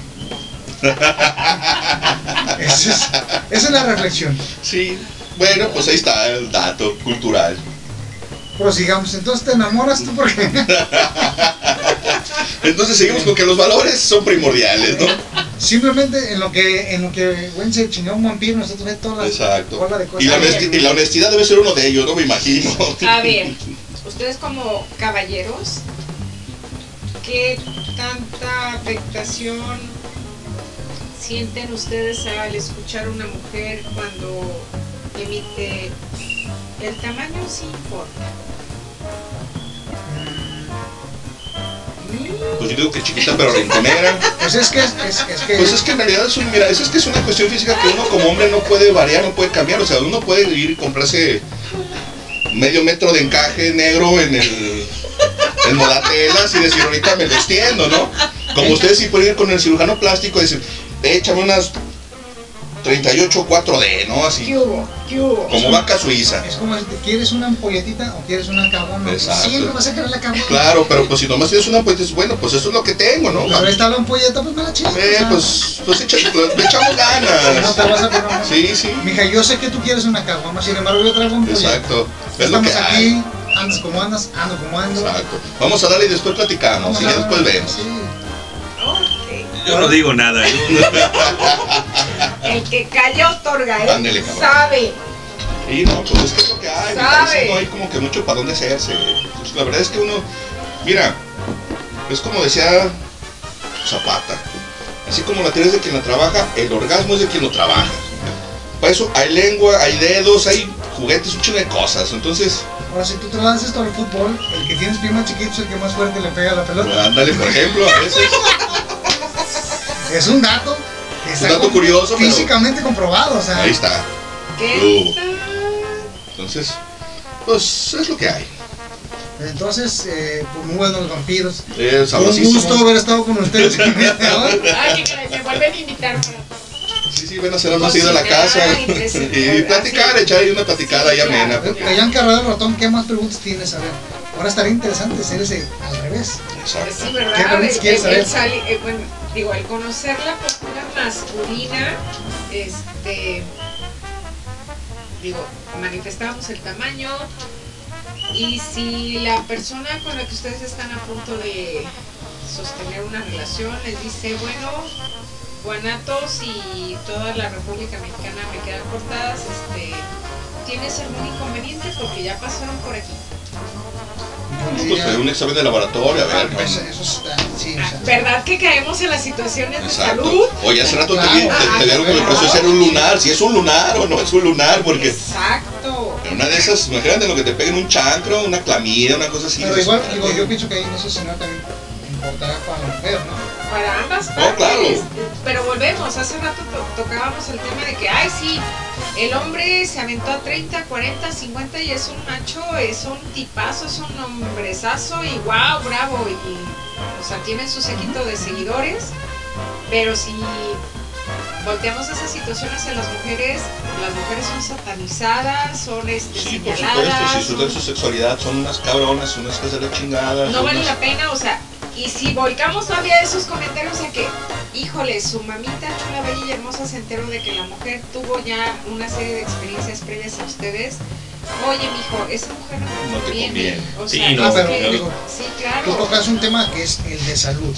esa, es, esa es la reflexión. Sí, bueno, pues ahí está el dato cultural. Prosigamos, entonces te enamoras tú porque... Entonces seguimos con que los valores son primordiales, ¿no? Simplemente en lo que en lo que Gwen se chingó un vampiro, nosotros ves todas las exacto. bolas de cosas. Y la, honesti y la honestidad debe ser uno de ellos, no me imagino. A ver, ustedes como caballeros, ¿qué tanta afectación sienten ustedes al escuchar a una mujer cuando emite el tamaño sí importa? Pues yo digo que chiquita pero rinconera. Pues es que es, es, es que Pues es que en realidad es un, mira, eso es que es una cuestión física que uno como hombre no puede variar, no puede cambiar. O sea, uno puede ir y comprarse medio metro de encaje negro en el en modatelas y decir ahorita me lo extiendo, ¿no? Como ustedes sí pueden ir con el cirujano plástico y decir, échame unas treinta y ocho cuatro D, ¿no? Así. ¿Qué hubo? ¿Qué hubo? Como vaca suiza. Es como, ¿quieres una ampolletita o quieres una caguama? Exacto. Siempre vas a querer la caguama. Claro, pero pues si nomás tienes una ampolleta, bueno, pues eso es lo que tengo, ¿no? Pero está la ampolleta, pues me la chingas. Eh, pues, pues echa, le echamos ganas. No te vas a poner. Sí, sí. Mija, yo sé que tú quieres una caguama, sin embargo yo traigo un pollo. Exacto. Es Estamos lo que aquí, hay. andas como andas, ando como ando. Exacto. Vamos a darle y después platicamos y ya después vemos. Sí. Yo no digo nada. ¿eh? El que calla otorga, ¿eh? Ándele, cabrón. Sabe. Y no, pues es que es lo que hay. Sabe. No hay como que mucho para dónde hacerse. Pues la verdad es que uno, mira, es como decía Zapata. Así como la tierra es de quien la trabaja, el orgasmo es de quien lo trabaja. Para eso hay lengua, hay dedos, hay juguetes, un chingo de cosas. Entonces... Ahora, si tú trasladas esto al fútbol, el que tienes pie más chiquito es el que más fuerte le pega a la pelota. Pues ándale, por ejemplo, a veces. Es un dato. Que está un dato curioso, físicamente pero... comprobado, o sea. Ahí está. ¿Qué? Entonces, pues es lo que hay. Entonces, eh, pues muy buenos los vampiros. Eh, un gusto haber estado con ustedes. Ay, que caray, me vuelven a invitar para... Sí, sí, ven a hacer más ido a la casa y platicar, echar ahí una platicada ya amena. Allá en Carrera del Ratón, ¿qué más preguntas tienes? A ver, ahora estaría interesante ser ese al revés. Exacto. Sí, ¿verdad? ¿Qué preguntas el, quieres el, saber? el sali, eh, bueno, digo, al conocer la postura masculina, este... digo, manifestamos el tamaño y si la persona con la que ustedes están a punto de sostener una relación les dice, bueno, Guanatos y toda la República Mexicana me quedan cortadas, este, ¿tienes algún inconveniente? Porque ya pasaron por aquí. Pues pedir un examen de laboratorio, a ver. Ah, pues, eso está, sí, o sea, ¿verdad que caemos en las situaciones exacto. de salud? Oye, hace rato Claro. te, vi- te, te dieron que me pareció ser un lunar, si es un lunar o no es un lunar, porque Exacto. en una de esas, imagínate lo que te peguen un chancro, una clamidia, una cosa así. pero de igual, eso. digo, yo pienso que ahí en ese escenario también importará para la mujer, ¿no? Para ambas partes. Oh, claro. Pero volvemos, hace rato to- tocábamos el tema de que, ay, sí, el hombre se aventó a treinta, cuarenta, cincuenta y es un macho, es un tipazo, es un hombrezazo y wow, bravo. Y, o sea, tiene su séquito de seguidores, pero si volteamos esas situaciones en las mujeres, las mujeres son satanizadas, son este, Sí, por señaladas. supuesto, si su, son- de su sexualidad son unas cabronas, unas que de la chingada. no son vale unas- la pena, o sea, y si volcamos todavía esos comentarios a que, híjole, su mamita chula, bella y hermosa se enteró de que la mujer tuvo ya una serie de experiencias previas a ustedes, oye, mijo, esa mujer no No te te conviene. conviene. O Sí, sea, no, Ah, es pero que- digo, sí, tú claro. tocas un tema que es el de salud.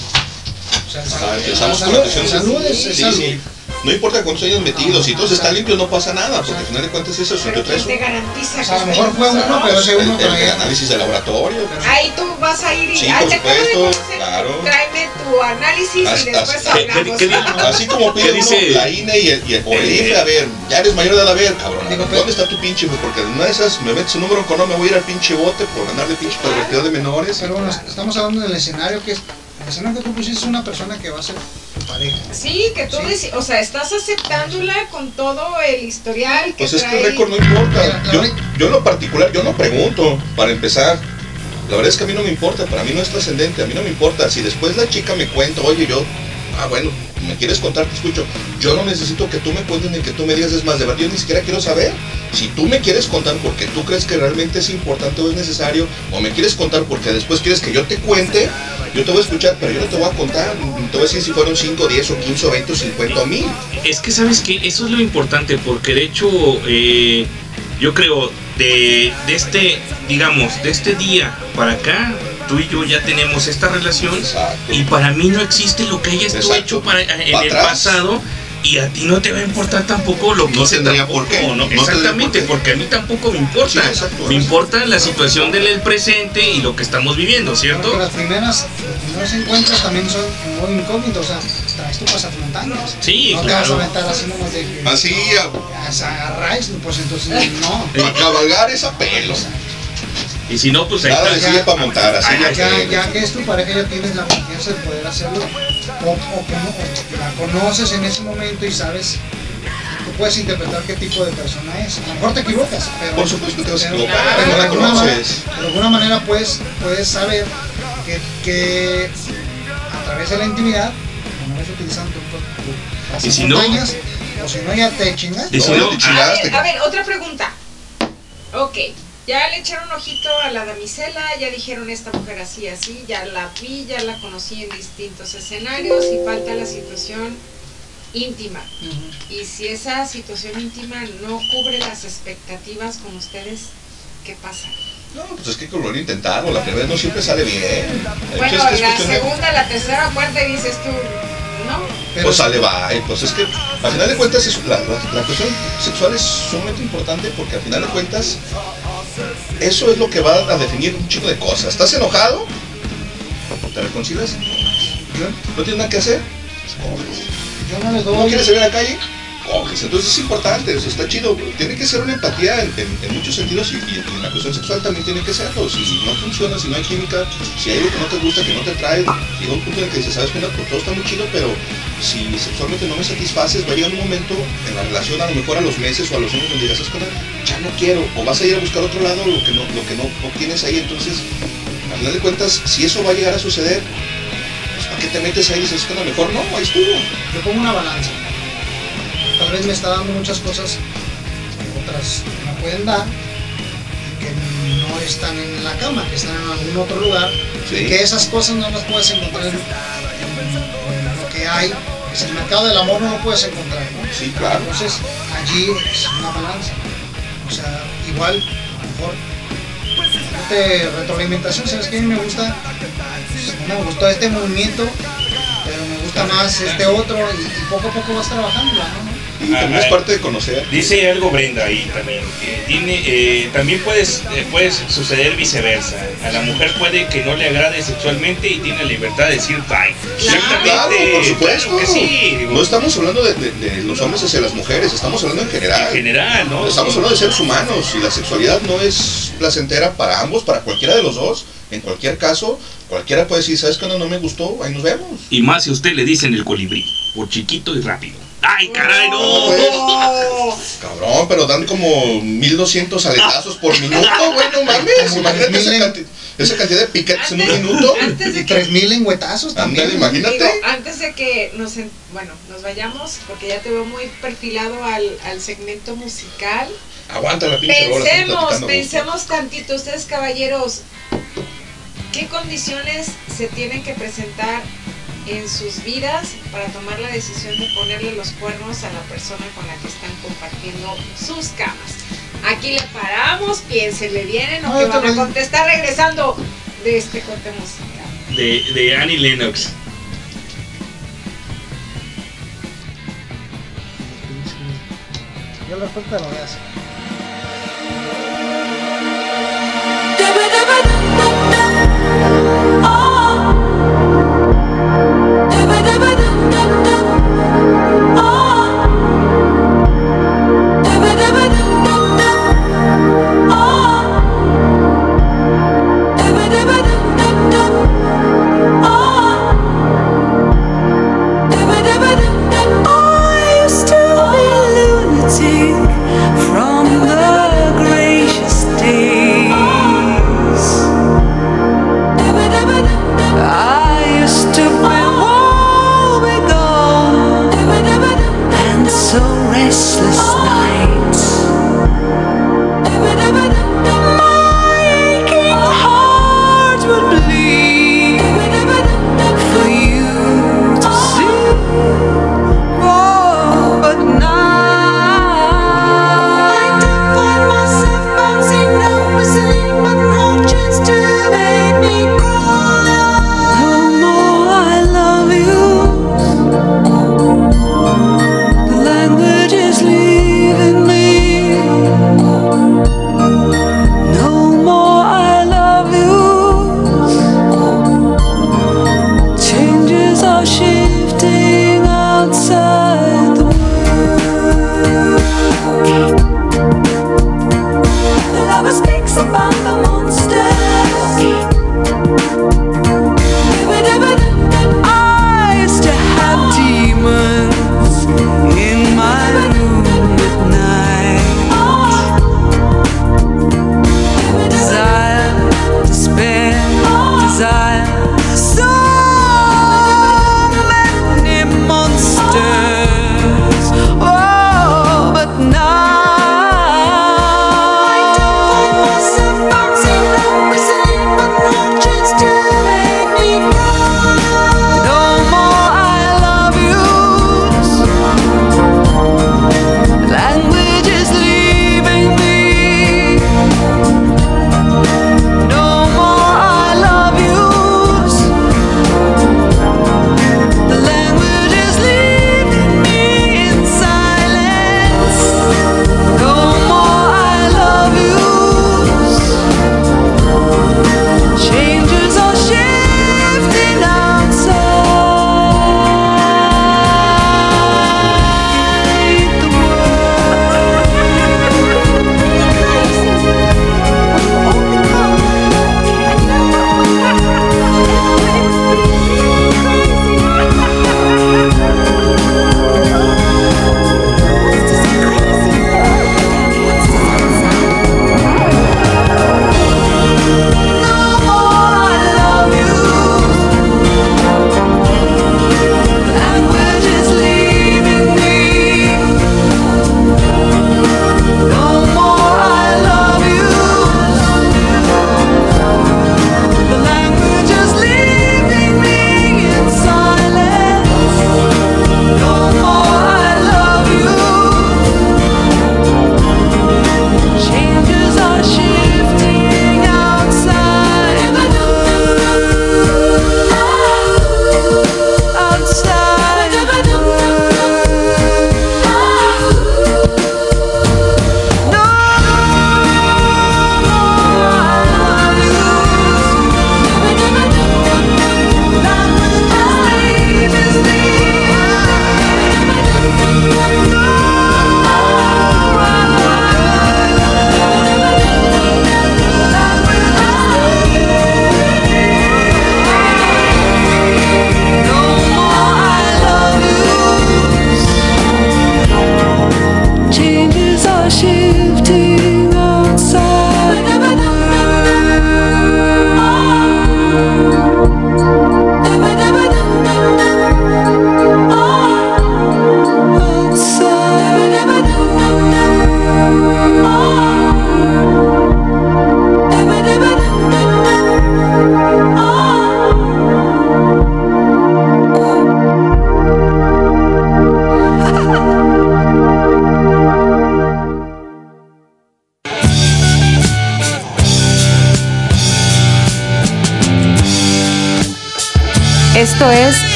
O sea, el Ah, salud, empezamos la con salud, la cuestión. salud es, es Sí, salud. sí. No importa cuántos años metidos, si todos están limpios no pasa nada, porque al final de cuentas eso, si Pero tú traes ¿quién te un garantiza O sea, a lo que mejor fue uno, pero ese uno el, el traía. análisis de laboratorio. ahí tú vas a ir y Sí, ay, por te acabo de supuesto, conocer, claro. tráeme tu análisis As- y después as- hablamos. ¿qué- qué- Así como pide ¿Qué uno dice? la I N E y el, y el, o el Eh, I F E, a ver, ya eres mayor de edad, a ver, cabrón, Digo, pero- ¿dónde está tu pinche? Pues porque en una de esas me metes un número con no, me voy a ir al pinche bote por andar de pinche pervertido de menores. Pero bueno, estamos hablando del escenario que es. El escenario que tú pusiste es una persona que va a ser tu pareja. Sí, que tú, Sí. deci- o sea, estás aceptándola con todo el historial que Pues es que trae. el récord no importa. Mira, la Yo, verdad- yo en lo particular, yo no pregunto, para empezar. La verdad es que a mí no me importa, para mí no es trascendente, a mí no me importa. Si después la chica me cuenta, oye, yo, ah, bueno, me quieres contar, te escucho. Yo no necesito que tú me cuentes ni que tú me digas, es más, de verdad, yo ni siquiera quiero saber. Si tú me quieres contar porque tú crees que realmente es importante o es necesario, o me quieres contar porque después quieres que yo te cuente, yo te voy a escuchar, pero yo no te voy a contar. Te voy a decir si fueron cinco, diez o quince o veinte o cincuenta o mil. Es que sabes que eso es lo importante, porque de hecho eh, yo creo de, de este, digamos, de este día para acá, tú y yo ya tenemos esta relación. Exacto. Y para mí no existe lo que hayas tú Exacto. hecho para, en Pa' el atrás. pasado. Y a ti no te va a importar tampoco lo que No hice tendría tampoco, por qué, ¿no? no tendría Exactamente, por qué. porque a mí tampoco me importa. Sí, exacto. Me importa la situación del presente y lo que estamos viviendo, ¿cierto? Porque las primeras, los primeros encuentros también son muy incógnitos, o sea, traes tu pasamontañas. Sí, no te vas a claro. aventar así nomás de que Así, a- a agarráis, pues entonces no. para cabalgar es a pelos. Y si no, pues ahí Nada de está. silla para montar, así ya, Ya, que- ya que es tu pareja, ya tienes la confianza de poder hacerlo, o, o que no- o la conoces en ese momento y sabes, tú puedes interpretar qué tipo de persona es. A lo mejor te equivocas, pero, Por supuesto que te vas a pero- equivocar, pero pero de la alguna manera, conoces. de alguna manera puedes, puedes saber que, que a través de la intimidad, como ves utilizando tu- las Y si no- montañas, o si no ya te chingas. Y si No, no, te A chingaste. ver, a ver, otra pregunta. Ok, ya le echaron ojito a la damisela, ya dijeron esta mujer así, así, ya la vi, ya la conocí en distintos escenarios y falta la situación íntima. Ujú. Y si esa situación íntima no cubre las expectativas con ustedes, ¿qué pasa? No, pues es que con lo intentado, la primera vez no siempre sale bien. El Bueno, hecho es que es la cuestión de- segunda, la tercera, cuarta y dices tú, no. Pero- Pues sale, va, y pues es que al final de cuentas es- la, la- la cuestión sexual es sumamente importante porque al final de cuentas eso es lo que va a definir un chico de cosas. ¿Estás enojado? ¿Te reconcilias? yo, ¿No tienes nada que hacer? Pues coges. yo no le doy. ¿No quieres salir a la calle? Coges. Entonces es importante, o sea, está chido. Tiene que ser una empatía en, en- en muchos sentidos y, y en la cuestión sexual también tiene que serlo. Si no funciona, si no hay química, si hay algo que no te gusta, que no te atrae, llega un punto en el que dices, sabes que no, pues todo está muy chido, pero si sexualmente no me satisfaces, va a llegar un momento en la relación, a lo mejor a los meses o a los años, donde digas, "¿Sabes qué? Ya no quiero", o vas a ir a buscar otro lado lo que no, lo que no obtienes ahí. Entonces, al final de cuentas, si eso va a llegar a suceder, pues ¿para qué te metes ahí y dices, "Es que a lo mejor no, ahí estuvo"? Yo pongo una balanza. Tal vez me está dando muchas cosas que otras no pueden dar, que no están en la cama, que están en algún otro lugar, Sí. y que esas cosas no las puedes encontrar en, en lo que hay, que es el mercado del amor, no lo puedes encontrar, ¿no? Sí, claro. Entonces allí es una balanza. sea, igual, a lo mejor, de retroalimentación, ¿sabes qué? Me gusta, pues, no me gustó este movimiento, pero me gusta más este otro, y, y poco a poco vas trabajando, ¿no? Y también es parte de conocer. Dice algo Brenda ahí también. Que tiene, eh, también puedes, eh, puede suceder viceversa. A la mujer puede que no le agrade sexualmente y tiene libertad de decir bye. Exactamente. Claro, por supuesto. Claro que sí, digo. No estamos hablando de, de, de los hombres hacia las mujeres, estamos hablando en general. En general, ¿no? Estamos hablando de seres humanos y la sexualidad no es placentera para ambos, para cualquiera de los dos. En cualquier caso, cualquiera puede decir, ¿sabes qué? No, no me gustó, ahí nos vemos. Y más si a usted le dicen el colibrí, por chiquito y rápido. ¡Ay, caray, no! no Cabrón, pero dan como mil doscientos aletazos por minuto, güey, no mames. Imagínate esa, canti esa cantidad de piquetes en un minuto. Y tres mil lengüetazos también. Ándale, imagínate. Digo, antes de que nos, en, bueno, nos vayamos, porque ya te veo muy perfilado al, al segmento musical. Aguanta la pinche bola. Pensemos, pensemos tantito, ustedes caballeros, ¿qué condiciones se tienen que presentar en sus vidas para tomar la decisión de ponerle los cuernos a la persona con la que están compartiendo sus camas? Aquí le paramos, piénsenle bien en lo que van a contestar regresando de este corte musical. De, de Annie Lennox. Yo la respuesta lo voy a hacer. From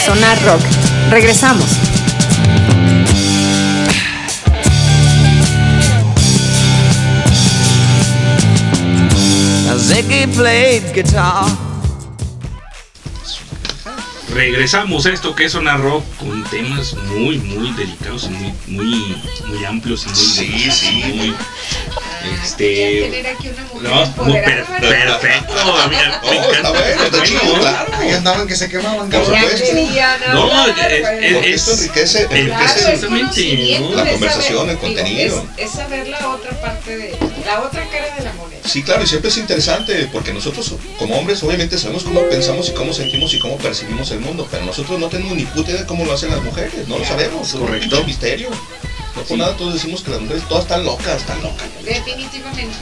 Sonar Rock. Regresamos. Ziggy played guitar. Regresamos a esto que es Sonar Rock con temas muy, muy delicados, muy, muy, muy amplios y muy, sí, sí, muy, este, tener aquí una mujer no, muy per, perfecto, a mí oh, me encanta, está bueno, está chido, claro. Ahí andaban que se quemaban, por supuesto. No, es, es, porque esto enriquece, enriquece claro, exactamente, ¿no? la conversación, el contenido. Digo, es, es saber la otra parte de, la otra cara de la moneda. Sí, claro, y siempre es interesante, porque nosotros como hombres obviamente sabemos cómo pensamos y cómo sentimos y cómo percibimos el mundo, pero nosotros no tenemos ni puta idea de cómo lo hacen las mujeres, no lo sabemos, es correcto. un misterio. No por sí. nada todos decimos que las mujeres todas están locas, están locas. Definitivamente.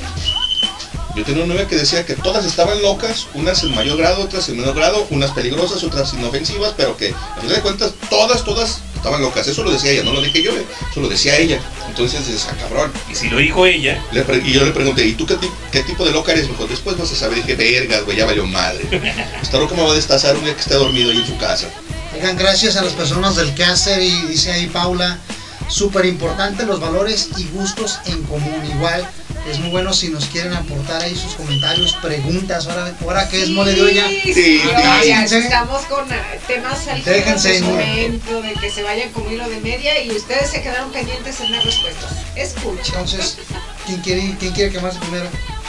Yo tenía una novia que decía que todas estaban locas, unas en mayor grado, otras en menor grado, unas peligrosas, otras inofensivas, pero que a final de cuentas todas, todas estaban locas. Eso lo decía ella, no lo dije yo, eso lo decía ella. Entonces dices, ah, cabrón. Y si lo dijo ella. Le y yo le pregunté, ¿y tú qué, qué tipo de loca eres? Me dijo, después vas a saber. Y dije, vergas, güey, ya valió madre. Esta loca me va a destazar un día que esté dormido ahí en su casa. Oigan, gracias a las personas del caster, y dice ahí Paula, súper importante los valores y gustos en común. Igual es muy bueno si nos quieren aportar ahí sus comentarios, preguntas, ahora, ahora que sí, es mole de olla. Sí, sí, vaya, estamos con temas al déjense en momento de que se vayan como hilo de media y ustedes se quedaron pendientes en las respuestas. Escucha. Entonces, ¿quién quiere, quién quiere quemarse primero?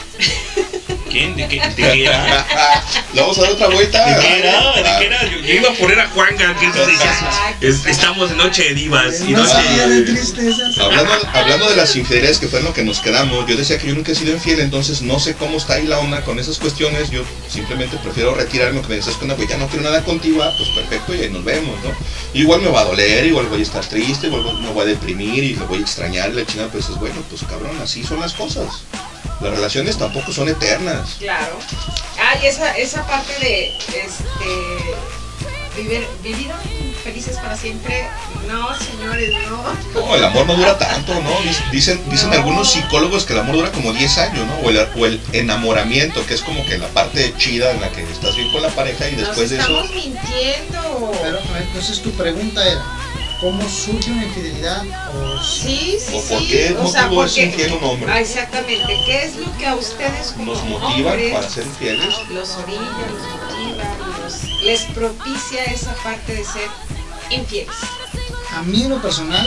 ¿Quién? ¿De qué? ¿De qué era? ¿Le vamos a dar otra vuelta? ¿De qué era? ¿De qué era? Yo, yo iba a poner a Juanga, que es, estamos en Noche de Divas. Y no noche de tristezas. Hablando, hablando de las infidelidades, que fue en lo que nos quedamos, yo decía que yo nunca he sido infiel, entonces no sé cómo está ahí la onda con esas cuestiones. Yo simplemente prefiero retirarme, que me dices que una pues ya no quiero nada contigo, pues perfecto, y ahí nos vemos, ¿no? Igual me va a doler, igual voy a estar triste, igual me voy a deprimir y me voy a extrañar, la chingada, pues es bueno, pues cabrón, así son las cosas. Las relaciones tampoco son eternas. Claro. Ah, y esa, esa parte de este vivir, vivieron felices para siempre. No, señores, no. No, el amor no dura tanto, ¿no? Dicen, dicen no. algunos psicólogos que el amor dura como diez años, ¿no? O el, o el enamoramiento, que es como que la parte chida en la que estás bien con la pareja y después de eso. Estamos mintiendo. Pero entonces tu pregunta era, ¿cómo surge una infidelidad? O sí, sí, ¿O por sí. qué o sea, motivo es infiel un hombre? Ah, exactamente. ¿Qué es lo que a ustedes como nos motiva hombres, para ser infieles? Los orilla, los motiva, los, les propicia esa parte de ser infieles. A mí en lo personal,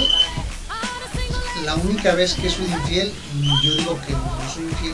la única vez que soy infiel, yo digo que no soy infiel,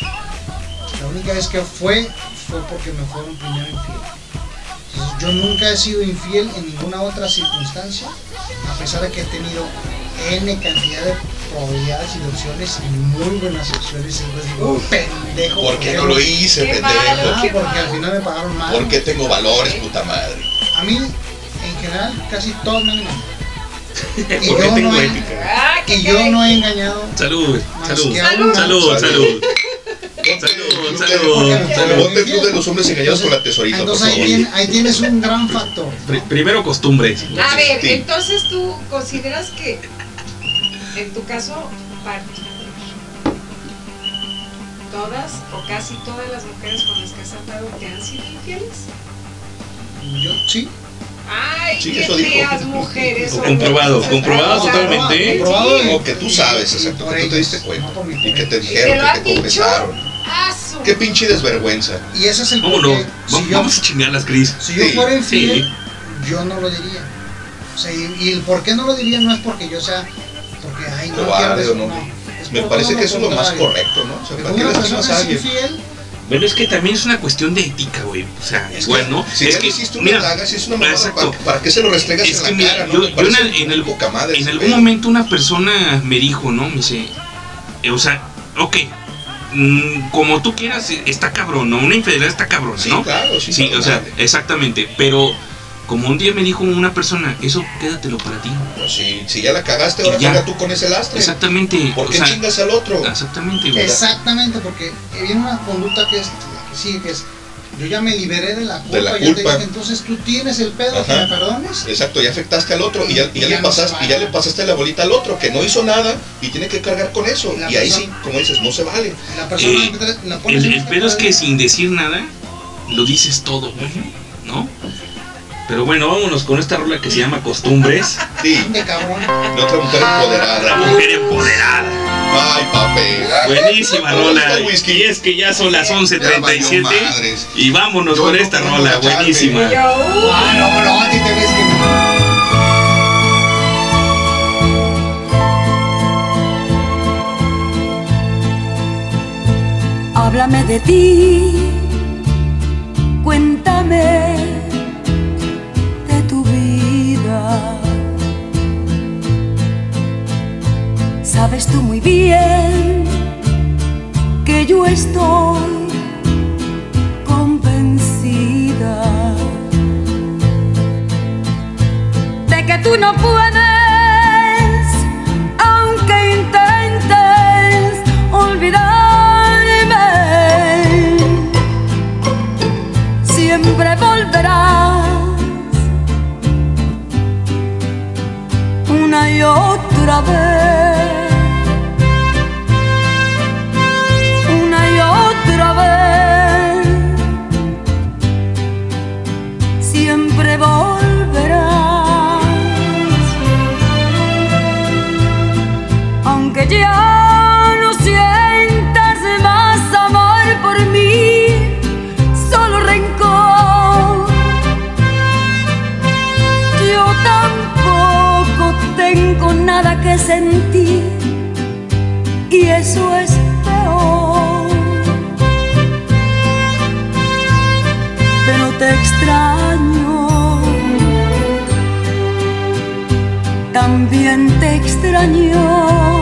la única vez que fue, fue porque me fueron primero infiel. Entonces, yo nunca he sido infiel en ninguna otra circunstancia, a pesar de que he tenido N cantidad de probabilidades y de opciones y muy buenas opciones. Entonces digo, Uf, pendejo. ¿por qué no lo hice, pendejo? Ah, porque malo. Al final me pagaron mal. ¿Por qué tengo valores, puta madre? A mí, en general, casi todos me han engañado. Y yo, yo, tengo no he, ah, y yo no he engañado. Salud, salud, salud, salud, salud. Salud, salud. Ponte el club de los hombres engañados con la tesorita. Entonces ahí, bien, ahí tienes un gran factor. Primero costumbre. A ver, sí. Entonces tú consideras que en tu caso todas o casi todas las mujeres con las que has andado te han sido infieles. Yo sí. Ay, sí, qué eso feas dijo. mujeres. Comprobado, comprobado totalmente. Comprobado, sí. O que tú sabes, exacto, que tú te diste cuenta. No, y que te dijeron, que te confesaron. Qué pinche desvergüenza. Y ese es el ¿Cómo no? Si vamos, yo, vamos a chingarlas, Cris. Si yo sí, fuera infiel, sí. yo no lo diría. O sea, y, y el por qué no lo diría no es porque yo sea, porque ay, no cobarde quiero o no. no. Me parece que eso es lo más correcto, ¿no? O sea, ¿para qué lastimas a alguien? Infiel, bueno, es que también es una cuestión de ética, güey. O sea, es igual, ¿no? Si es ya que hiciste una mira, daga, si es una mamada, exacto. ¿para, ¿para qué se lo restregas es en que la mira, cara, yo, no? yo en, el, en, el, madre, en algún momento una persona me dijo, ¿no? Me dice, eh, o sea, ok, mmm, como tú quieras, está cabrón, ¿no? Una infidelidad está cabrón, sí, ¿no? Claro, sí, sí, o sea, exactamente, pero como un día me dijo una persona, eso quédatelo para ti. Pues si, si ya la cagaste, ahora ya, carga tú con ese lastre. Exactamente. ¿Por qué o sea, chingas al otro? Exactamente, ¿verdad? Exactamente, porque viene una conducta que es, que sigue, que es, yo ya me liberé de la culpa, de la ya culpa. Te dije, entonces tú tienes el pedo. Ajá. Que me perdones. Exacto, ya afectaste al otro y ya, y ya, ya, le, pasaste, no y ya le pasaste la bolita al otro que no hizo nada y tiene que cargar con eso. Y, y ahí sí, como dices, no se vale. La persona eh, la el el pedo es que sin decir nada, lo dices todo, güey, ¿no? Pero bueno, vámonos con esta rola que se llama Costumbres. Sí. De cabrón. De otra mujer empoderada. La mujer empoderada. Ay, papel. Buenísima Me rola. gusta el whisky. Y es que ya son las once treinta y siete. Ya valió madres. Y vámonos Yo con no esta puedo rola. emborracharme. Buenísima. Ah, no, no, a ti te ves que no. Háblame de ti, cuéntame de tu vida. Sabes tú muy bien que yo estoy convencida de que tú no puedes, aunque intentes olvidar. Siempre volverás una y otra vez, una y otra vez. Siempre volverás, aunque ya no sientas más amor por mí, solo rencor. Yo tampoco tengo nada que sentir y eso es peor. Pero te extraño, también te extraño.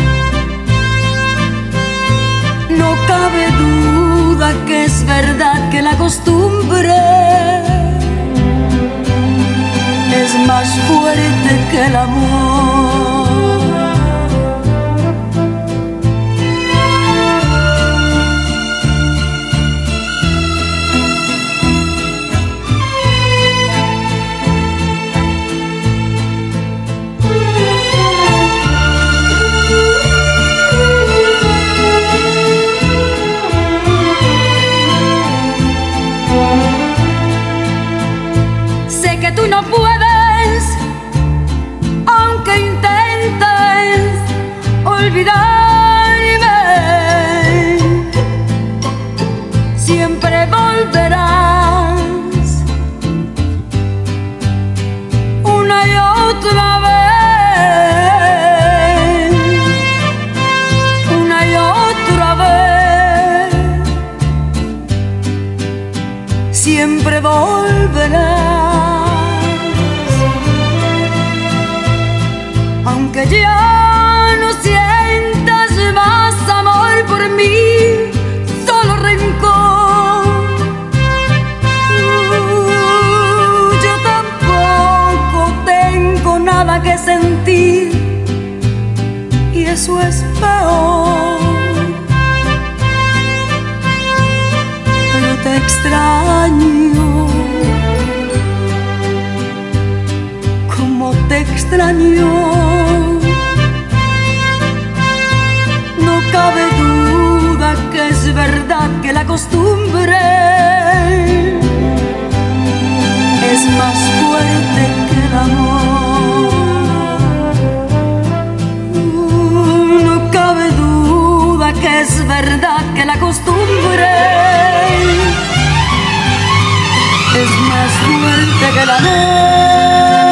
No cabe duda que es verdad que la costumbre es más fuerte que el amor. Sé que tú no puedes, aunque intentes olvidarme. Siempre volverás una y otra vez, una y otra vez. Siempre volverás, aunque ya no sientas más amor por mí, solo rencor. Uh, yo tampoco tengo nada que sentir y eso es peor. Pero te extraño, como te extraño. No cabe duda que es verdad que la costumbre es más fuerte que el amor. Uh, no cabe duda que es verdad que la costumbre es más fuerte que el amor.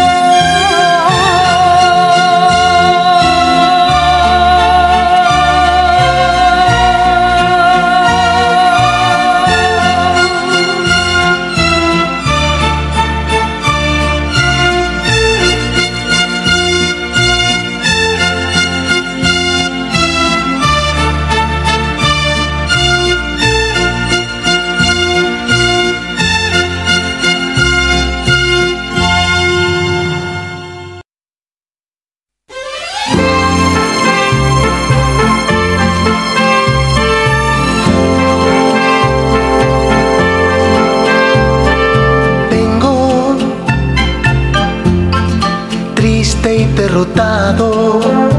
derrotado.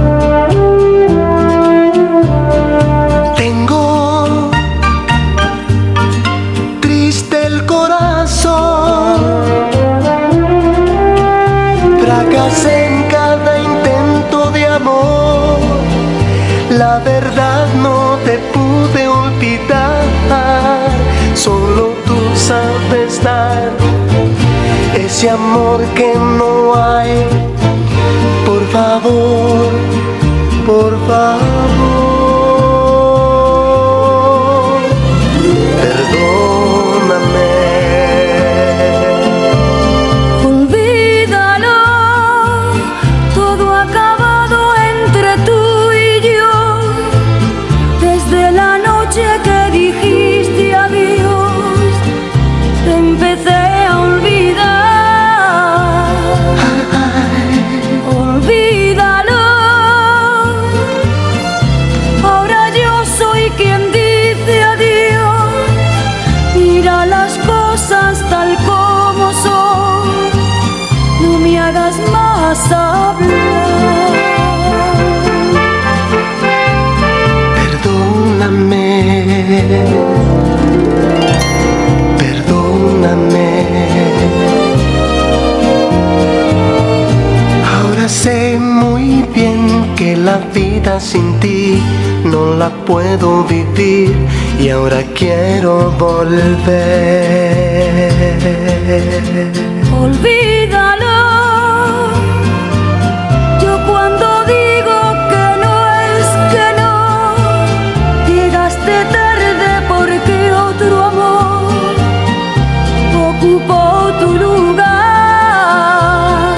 Tengo triste el corazón ese amor que no hay. Por favor, por favor, perdóname. Olvídalo, todo acabado entre tú y yo. Desde la noche que dijiste adiós, te empecé a olvidar. Olvídalo, ahora yo soy quien dice adiós. Mira las cosas tal como son, no me hagas más hablar. Perdóname, perdóname. Ahora sé muy bien que la vida sin ti no la puedo vivir y ahora quiero volver. Olvídalo, yo cuando digo que no es que no, llegaste tarde porque otro amor ocupó tu lugar.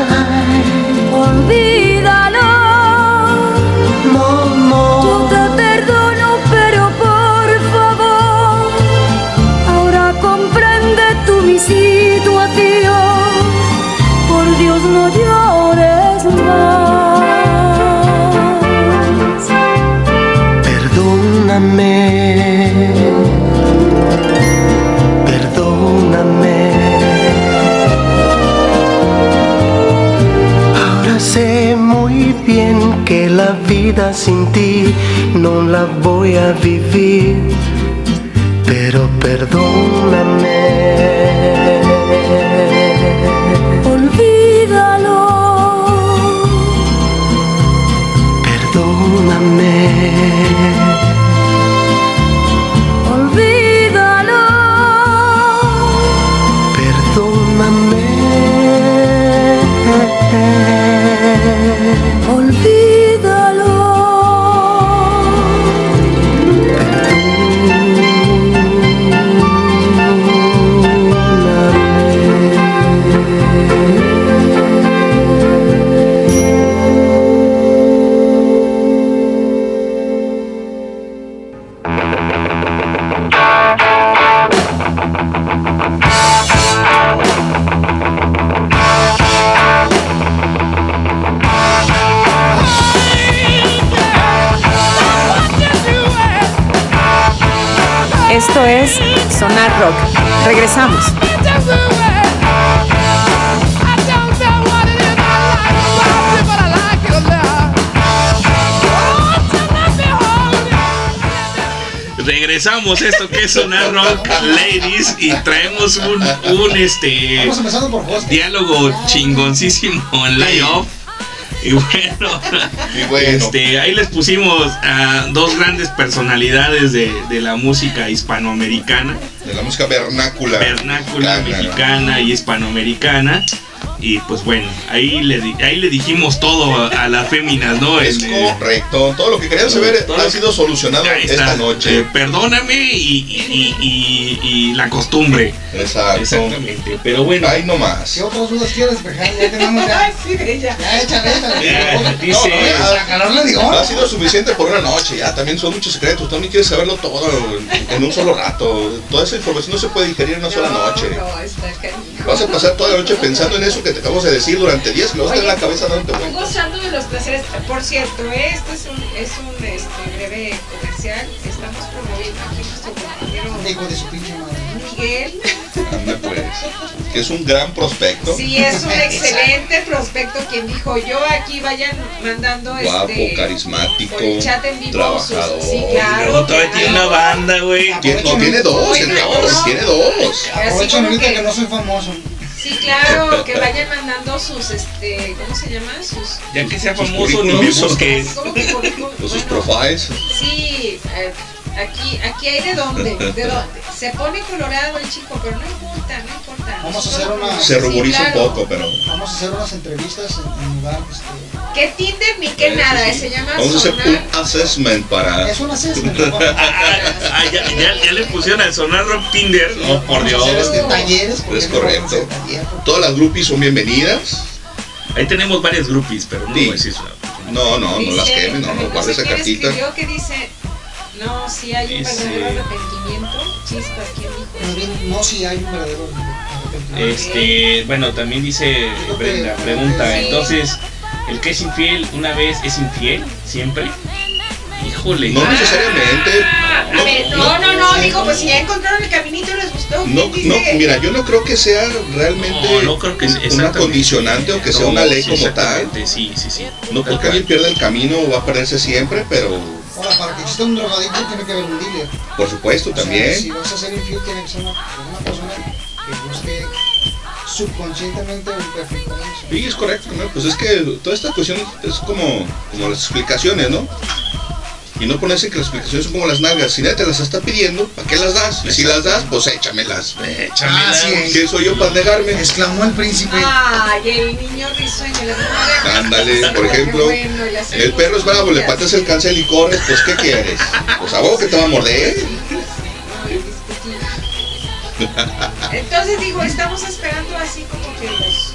Olvídalo, No, no. yo te perdono, pero por favor, ahora comprende tú mi situación. Por Dios, no llores más. Perdóname, perdóname. Ahora sé muy bien que la vida sin ti no la voy a vivir, pero perdóname. Olvídalo, Perdóname, olvídalo, perdóname. olvídalo. Esto es Sonar Rock. Regresamos. Regresamos a esto que es Sonar Rock, ladies, y traemos un, un este Vamos empezando por host. diálogo chingoncísimo en live-off. Y bueno, Y bueno. Este, ahí les pusimos a dos grandes personalidades de, de la música hispanoamericana, De la música vernácula. vernácula mexicana. mexicana y hispanoamericana. Y pues bueno, ahí le, di- ahí le dijimos todo a, a las féminas, ¿no? Es El, eh, correcto. Todo lo que querían saber todo- ha sido solucionado ahí está. esta noche. Eh, perdóname y, y, y- y la costumbre. Exacto. Exactamente. Pero bueno, Ahí nomás. ¿Qué otras dudas quieres despejar? Ya tenemos ya. Sí, de ella. Ya, échale, échale. eh, dice. No, no, Para ganarle digo. Ha sido suficiente por una noche, ya también son muchos secretos, también quieres saberlo todo en, en un solo rato. Toda esa información no se puede digerir en una sola No, noche. no, está canijo. Vas a pasar toda la noche pensando en eso que te acabamos de decir durante días y lo vas a tener en la cabeza dándote Tú vueltas. gozando de los placeres. Por cierto, ¿eh? esto es un, es un este, breve comercial. Estamos promoviendo aquí nuestro compañero Hijo de su pinche madre. Miguel. Ande pues, que es un gran prospecto. Sí, es un excelente prospecto quien dijo, yo aquí vayan mandando Guapo, este carismático, por el chat en vivo sus- trabajador. sí, Y claro. luego todavía tiene una banda, güey. Tiene- no, tiene dos, el cabrón, tiene dos. Así Aprovecho como ahorita que- que no soy famoso. Sí, claro, que vayan mandando sus, este, ¿cómo se llama? Sus, Ya que sea Sus famoso, ni currículums. vemos que. ¿cómo que currículum? Con sus Bueno, profiles. sí, eh, aquí, aquí hay de dónde, de dónde. Se pone colorado el chico, pero no importa, no importa. cuenta. Vamos a hacer una... Se rumoriza Sí, claro. un poco, pero... Vamos a hacer unas entrevistas en, en lugar, este... Que Tinder ni que Sí, nada, sí, sí. se llama Vamos a hacer Sonar. un assessment para... Es un assessment. Ah, ah, ah, ya, ya, ya le pusieron al Sonar Rock Tinder. No, por Dios. Vamos a hacer este, talleres. ¿por Es qué no vamos a correcto. hacer taller? Todas las groupies son bienvenidas. Ahí tenemos varias groupies, pero no Sí. voy a decir su- No, no, no las Dice, quemen, no, no, no guarde sé esa quién cartita. escribió que dice, no, si hay un Dice- verdadero arrepentimiento. Chispa, ¿quién dijo Más bien, no, si hay un verdadero arrepentimiento. Este, bueno, también dice Brenda, pregunta, Sí. entonces, ¿el que es infiel una vez es infiel siempre? Híjole. No necesariamente. Ah, No, a ver, no, no, no, digo, pues si ya encontraron el caminito y les gustó, No, ¿quién no, dice? mira, yo no creo que sea realmente No, no creo que sea una exactamente. condicionante o que sea No, una ley sí, como tal. exactamente, Sí, sí, sí. No creo que alguien pierda el camino o va a perderse siempre, pero Ahora, para que exista un drogadicto tiene que haber un dealer. por supuesto O sea, si también. vas a ser infiel, tiene que ser una, una persona que busque subconscientemente un perfil con eso. Sí, es correcto, ¿no? Pues es que toda esta cuestión es como, como las explicaciones, ¿no? Y no ponerse que las explicaciones son como las nalgas. Si nadie te las está pidiendo, ¿para qué las das? Y si las das, pues échamelas. Échamela. Ah, sí, es. ¿Qué soy yo para negarme? Exclamó el príncipe. Ay, el niño risueño, la mamá. Ándale, por ejemplo, Bueno, y las el perro es bravo, le patas el cancel y corres, pues ¿qué quieres? Pues a vos que te va a morder. Ay, discutí. Entonces digo, estamos esperando así como que los...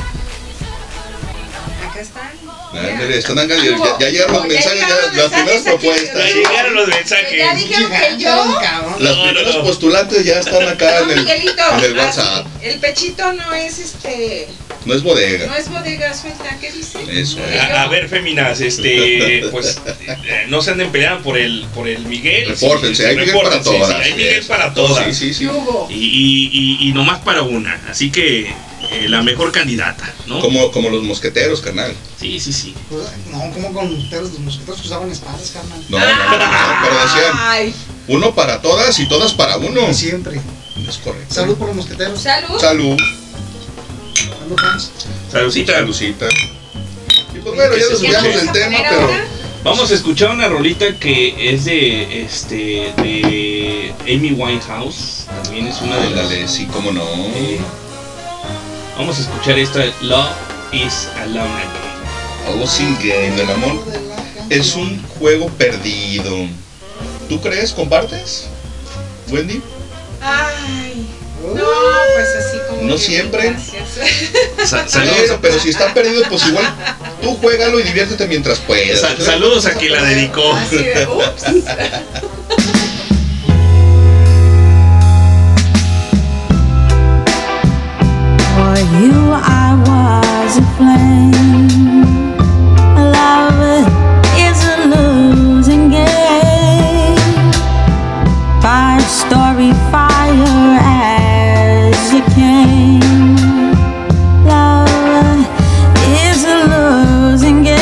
Acá están. Ándale, están acá, ya, ya- ya llegaron los Ya mensajes, llegaron ya, los las primeras mensajes aquí. propuestas. Ya llegaron los Ya mensajes. dijeron que Gigante, yo... cabrón. Las No, no, primeras no. postulantes ya están acá en No, el, Miguelito, en el ah, WhatsApp. el pechito no es este... No es bodega. No es bodega suelta, ¿qué dice? Eso es. A, a ver, féminas, este, pues, eh, no se anden peleando por el, por el Miguel. Repórtense, hay Miguel para repórtense, todas. sí, hay Miguel Eso. para todas. Sí, sí, sí. ¿Qué hubo? Y, y, y, y nomás para una. Así que eh, la mejor candidata, ¿no? Como, como los mosqueteros, carnal. Sí, sí, sí. Pues, no, como con ustedes, los mosqueteros que usaban espadas, carnal. No, no, no, no, no, pero decían Ay, uno para todas y todas para uno. Siempre. Es correcto. Salud por los mosqueteros. salud. Salud. Salud, Hans. Saludcita. Salucita. Y pues bueno, ya nos ¿Qué olvidamos vamos del a tema, poner pero ahora? Vamos a escuchar una rolita que es de, este, de Amy Winehouse. También es una de las... ándale, sí, cómo no. Eh, vamos a escuchar esta, Love is a Long Game. Algo sin game, el amor es un juego perdido. ¿Tú crees? ¿Compartes? Wendy. Ay, no, pues así como. No que siempre. Gracias. Sa- Pero, saludos, pero si está perdido, pues igual tú juégalo y diviértete mientras puedas. sa- saludos a quien la dedicó. Así de, ups. For you I was a flame. Love is a losing game. Five story fire as you came. Love is a losing game.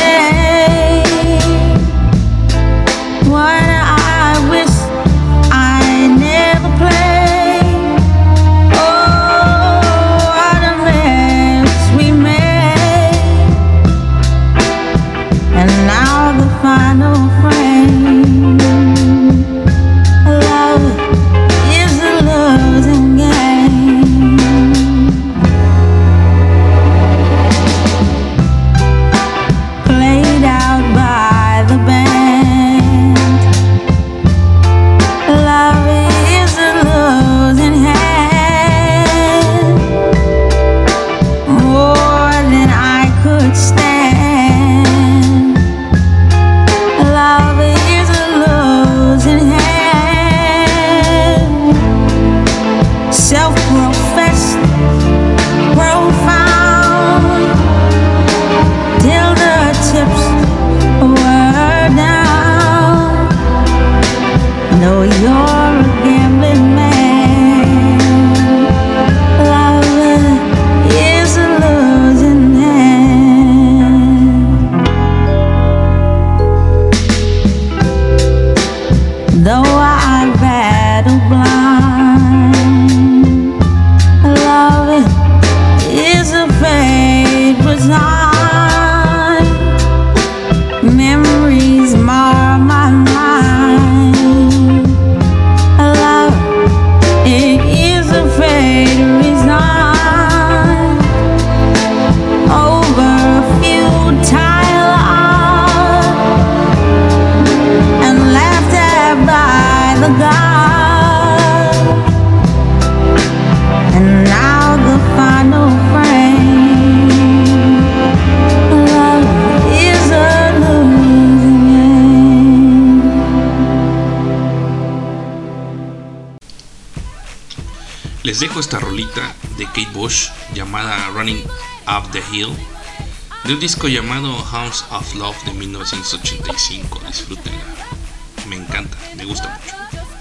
One I wish I never played. Oh, what a mess we made. And now the final frame. Love is a losing game. Played out by the band. Love is a losing hand. More than I could stand. Love is a losing hand. Self-professed, profound, till the tips were down. No, you're a gambling man. Love is a losing hand. Though I battle blind, love is a fate resigned. Memories mar my mind. Love, it is a fate resigned. Les dejo esta rolita de Kate Bush llamada Running Up the Hill, de un disco llamado Hounds of Love de mil novecientos ochenta y cinco. Disfrútenla, me encanta, me gusta mucho.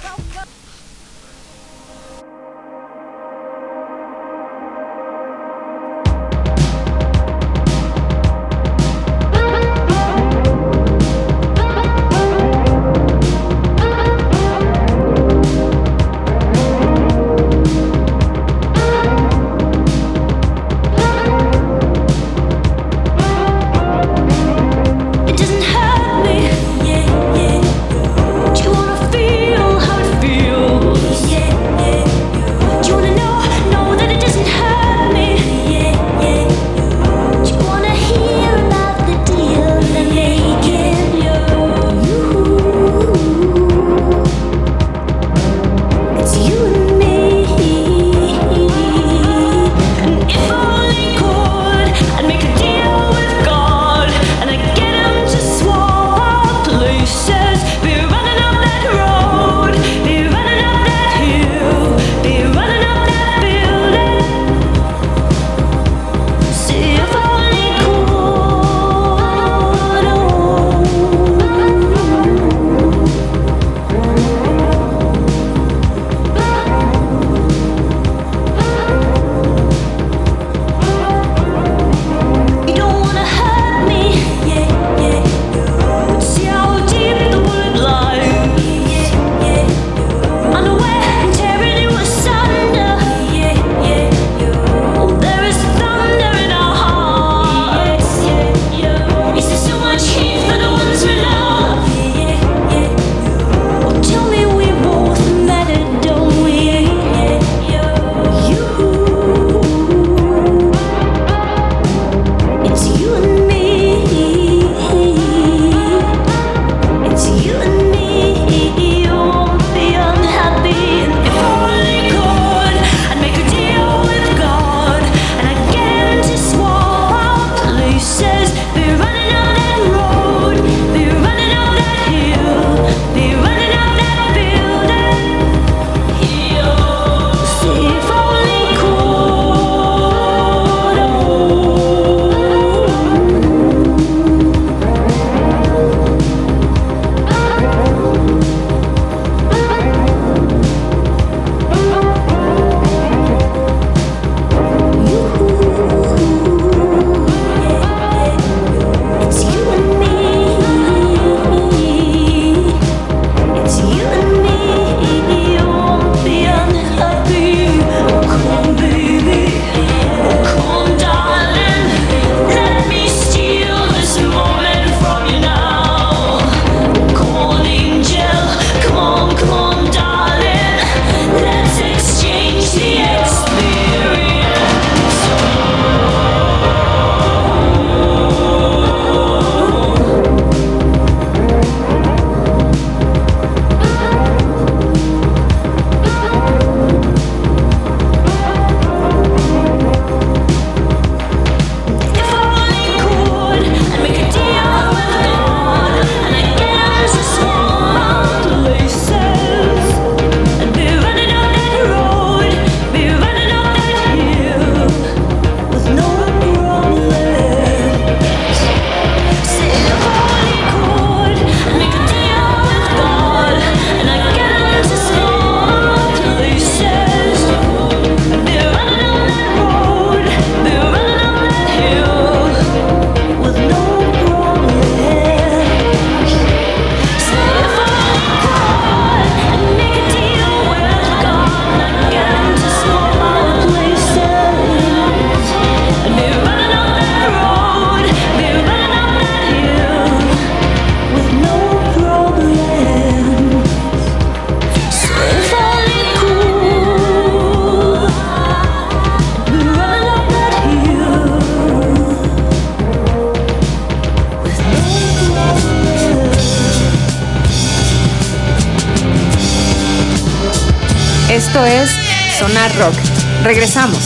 Esto es Sonar Rock. Regresamos.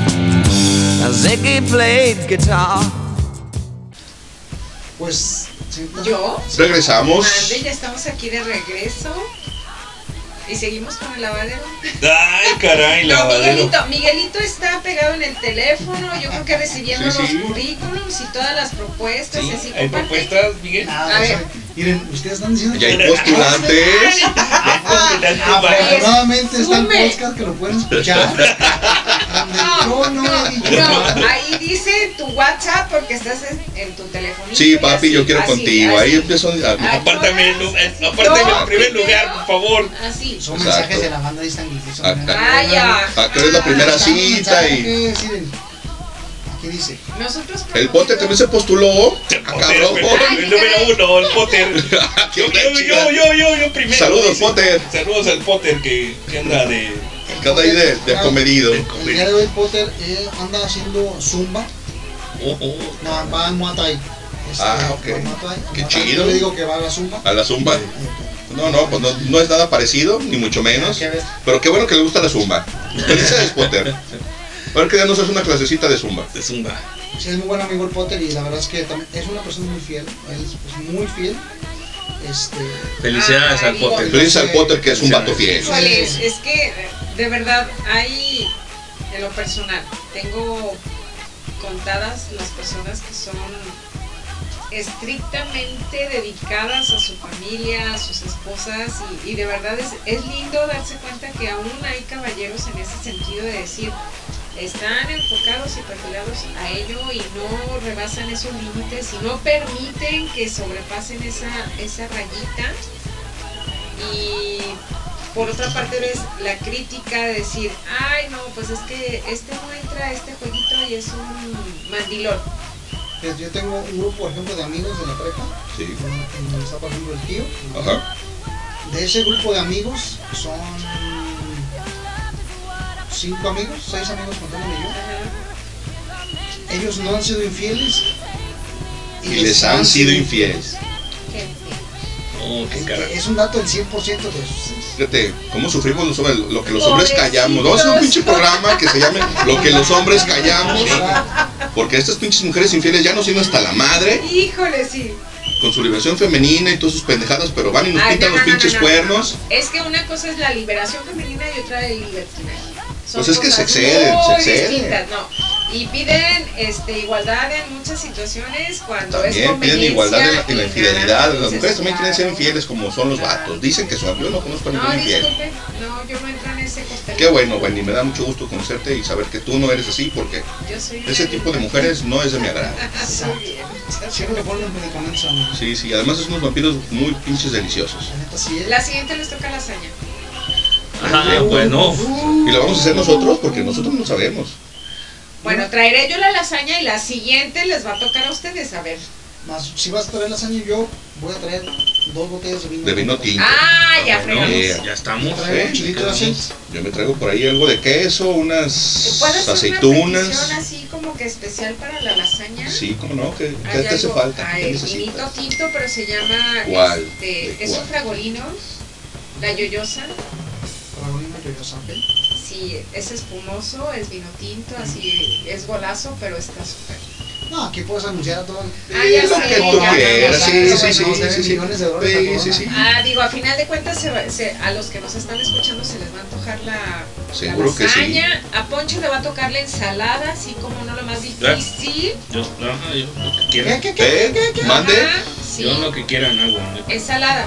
Pues ¿Yo? Regresamos. Mande, ya estamos aquí de regreso. Y seguimos con el lavadero. Ay, caray, no, lavadero. Miguelito, Miguelito está pegado en el teléfono, yo creo que recibiendo Sí, sí. los currículums y todas las propuestas. Sí, y así, ¿hay comparte. propuestas, Miguel? Nada, A o sea, ver. miren, ustedes están diciendo Ya hay que postulantes. afortunadamente está el Sume. podcast que lo pueden escuchar. Donde yo no he dicho nada. No, ahí dice tu WhatsApp porque estás en, en tu teléfono. Sí, papi, yo quiero contigo. Ahí empiezo a... Ah, Apártame, el lu- eh, apártame el primer lugar, por favor. Así. Son Exacto. mensajes de la banda distinguida. Son Ah, mensajes- Vaya. Ah, que es la primera Está un cita mensaje y... que deciden. Aquí dice. Nosotros El Potter también se postuló. Ah, cabrón. El número uno, el Potter. ¿Qué Yo, onda, yo, chica? yo, yo, yo, yo primero. Saludos, dice. Potter. Saludos al Potter que, que anda de. ¿Qué onda ahí de, de comedido? De- El día de hoy Potter eh, anda haciendo zumba. Oh, oh. No, va en Muay Thai. Este, Ah, ok. va en Muay Thai. Qué Muay Thai. chido. Yo le digo que va a la zumba. A la zumba. Eh, No, no, pues no, no es nada parecido, ni mucho menos. ¿Qué ves? Pero qué bueno que le gusta la zumba. Felicidades, Potter. A ver que ya nos hace una clasecita de zumba. De Zumba. Sí, es muy buen amigo el Potter y la verdad es que también es una persona muy fiel. Él es pues, muy fiel. Este, Felicidades Ay, al Potter. Felicidades al Potter, que es un vato fiel. Híjoles, es que de verdad hay, en lo personal, tengo contadas las personas que son estrictamente dedicadas a su familia, a sus esposas y, y de verdad es, es lindo darse cuenta que aún hay caballeros en ese sentido de decir, están enfocados y perfilados a ello y no rebasan esos límites y no permiten que sobrepasen esa, esa rayita. Y por otra parte ves la crítica de decir, ay no, pues es que este no entra a este jueguito y es un mandilón. pues yo tengo un grupo, por ejemplo, de amigos de la prepa. Sí. En donde está, por ejemplo, el tío. Ajá. De ese grupo de amigos son cinco amigos, seis amigos contándome yo. Ellos no han sido infieles Y les han sido infieles. Oh, qué carajo. Es un dato del cien por ciento de sus. Fíjate, cómo sufrimos los hombres, lo que los hombres Pobrecitos. callamos. Vamos a hacer un pinche programa que se llame Lo que los hombres callamos. Porque estas pinches mujeres infieles ya nos tienen hasta la madre Híjole, sí. con su liberación femenina y todas sus pendejadas, pero van y nos Ay, pintan no, los no, no, pinches no, no. cuernos. Es que una cosa es la liberación femenina y otra el libertinaje. Son Pues es que se cosas exceden, muy se exceden. distintas, no. Y piden este, igualdad en muchas situaciones cuando es También piden conveniencia igualdad en la, en la y infidelidad. nada, Las dices, mujeres también quieren ser claro. infieles como son los Claro. vatos. Dicen que son. Yo no conozco a No, ningún infiel. disculpe, no, yo no entro en ese costal. Qué bueno, Wendy, me da mucho gusto conocerte y saber que tú no eres así, porque Yo soy ese una- tipo de mujeres no es de mi agrado. Muy bien. Siempre le ponen los medicamentos a mí. Sí, sí, además son unos vampiros muy pinches deliciosos. La neta sí es. La siguiente les toca lasaña. Ajá, pues no. Y lo vamos a hacer nosotros porque nosotros no sabemos. Bueno, traeré yo la lasaña y la siguiente les va a tocar a ustedes, a ver. Más, si vas a traer lasaña, yo voy a traer dos botellas de vino. De vino tinto. Ah, ya Bueno, fregamos. ya estamos. Traigo un Sí, chilito de aceite. Yo me traigo por ahí algo de queso, unas ¿Puedes hacer una aceitunas. petición así como que especial para la lasaña? Sí, cómo no, ¿qué, Hay qué te hace algo- falta? hay ¿Qué vinito necesitas? tinto, pero se llama ¿Cuál? este, ¿De es cuál? un fragolino, la yoyosa. Para unirme yo, yo sabe. Sí, es espumoso, es vino tinto, así es golazo, pero está súper. No, aquí puedes anunciar a todo. Ah, ya Lo sé, que tú ya, quieras, ya, sí, ya, sí, sí, bueno, sí, sí, sí. millones de dólares a Sí, todo, sí, ¿no? sí. Ah, digo, a final de cuentas se va- se- a los que nos están escuchando se les va a antojar la, Seguro la que sí. lasaña. A Poncho le va a tocar la ensalada, así como no lo más difícil. Yo, no, yo lo que ¿Qué, quieran. qué, qué, ¿Eh? qué, qué? Mande. Ajá, sí. Yo lo que quieran hago. Ensalada.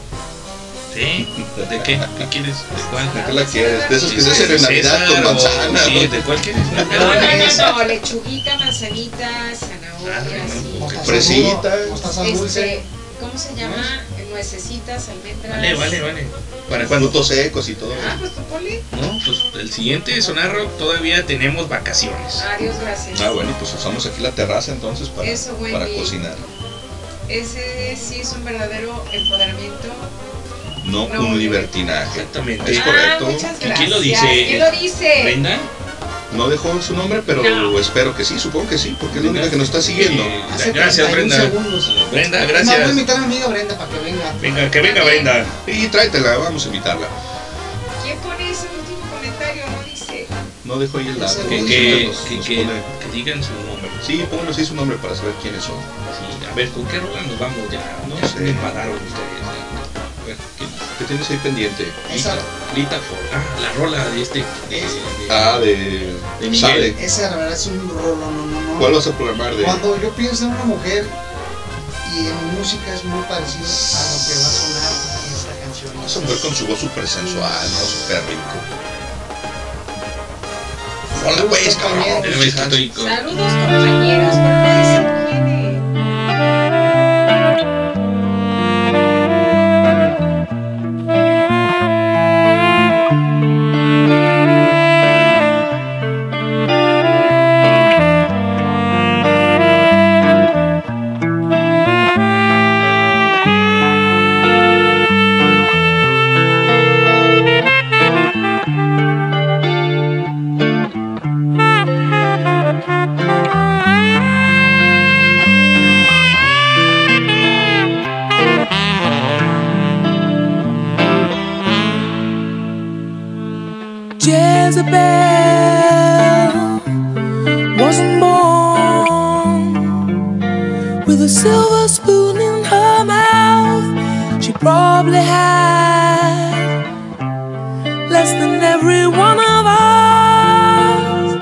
¿Sí? ¿De qué? ¿Qué quieres? ¿De cuál? ¿De qué la quieres? De esas que se hacen en César Navidad con o- manzana. Sí, ¿no? ¿de cuál quieres? No, no, no, no, lechuguita, manzanita, zanahoria, Ah, así. Mostaza Fresita. duro, mostaza dulce. Este, ¿cómo se llama? Nuecesitas, almendras. Vale, vale, vale. Para cuando Frutos secos y todo. Ah, pues tú ponle. No, pues el siguiente Sonar Rock todavía tenemos vacaciones. Adiós, gracias. Ah, bueno, pues usamos aquí la terraza entonces para, Eso, Wendy. para cocinar. Ese sí es un verdadero empoderamiento. No, No, un libertinaje. Exactamente. Es correcto. Ah, muchas ¿Y gracias. quién lo dice? ¿Quién lo dice? ¿Brenda? No dejó su nombre, pero No. espero que sí, supongo que sí, porque es la única que nos está siguiendo. Eh, Hace gracias, treinta y Brenda. un segundos. Brenda, Me voy a gracias. invitar a mi amiga Brenda para que venga. Venga, que venga Brenda. Y tráetela, vamos a invitarla. ¿Quién pone ese último comentario? No dice. No dejo ahí el dato. Que, Nos- que, nos- que, nos que, pone- que digan su nombre. Sí, pónganos ahí su nombre para saber quiénes son. Sí, a ver, ¿con qué rola nos vamos ya? No Ya se sé. me enfadaron ustedes. ya. A ver, ¿qué? ¿Qué tienes ahí pendiente? Esa, Lita, Lita for. Ah, la rola de este. De, de- Ah, de, De Miguel. Sade. esa la verdad es un rolo, no, no, no. ¿Cuál vas a programar de? Cuando yo pienso en una mujer y en música es muy parecido a lo que va a sonar en esta canción. Esa mujer con su voz súper sensual, ¿no? Súper rico. Hola, Saludos, pues, cabrón. compañeros. Espérame, es que estoy con- Saludos compañeros, pero no dicen quién es. Jezebel wasn't born with a silver spoon in her mouth. She probably had less than every one of us.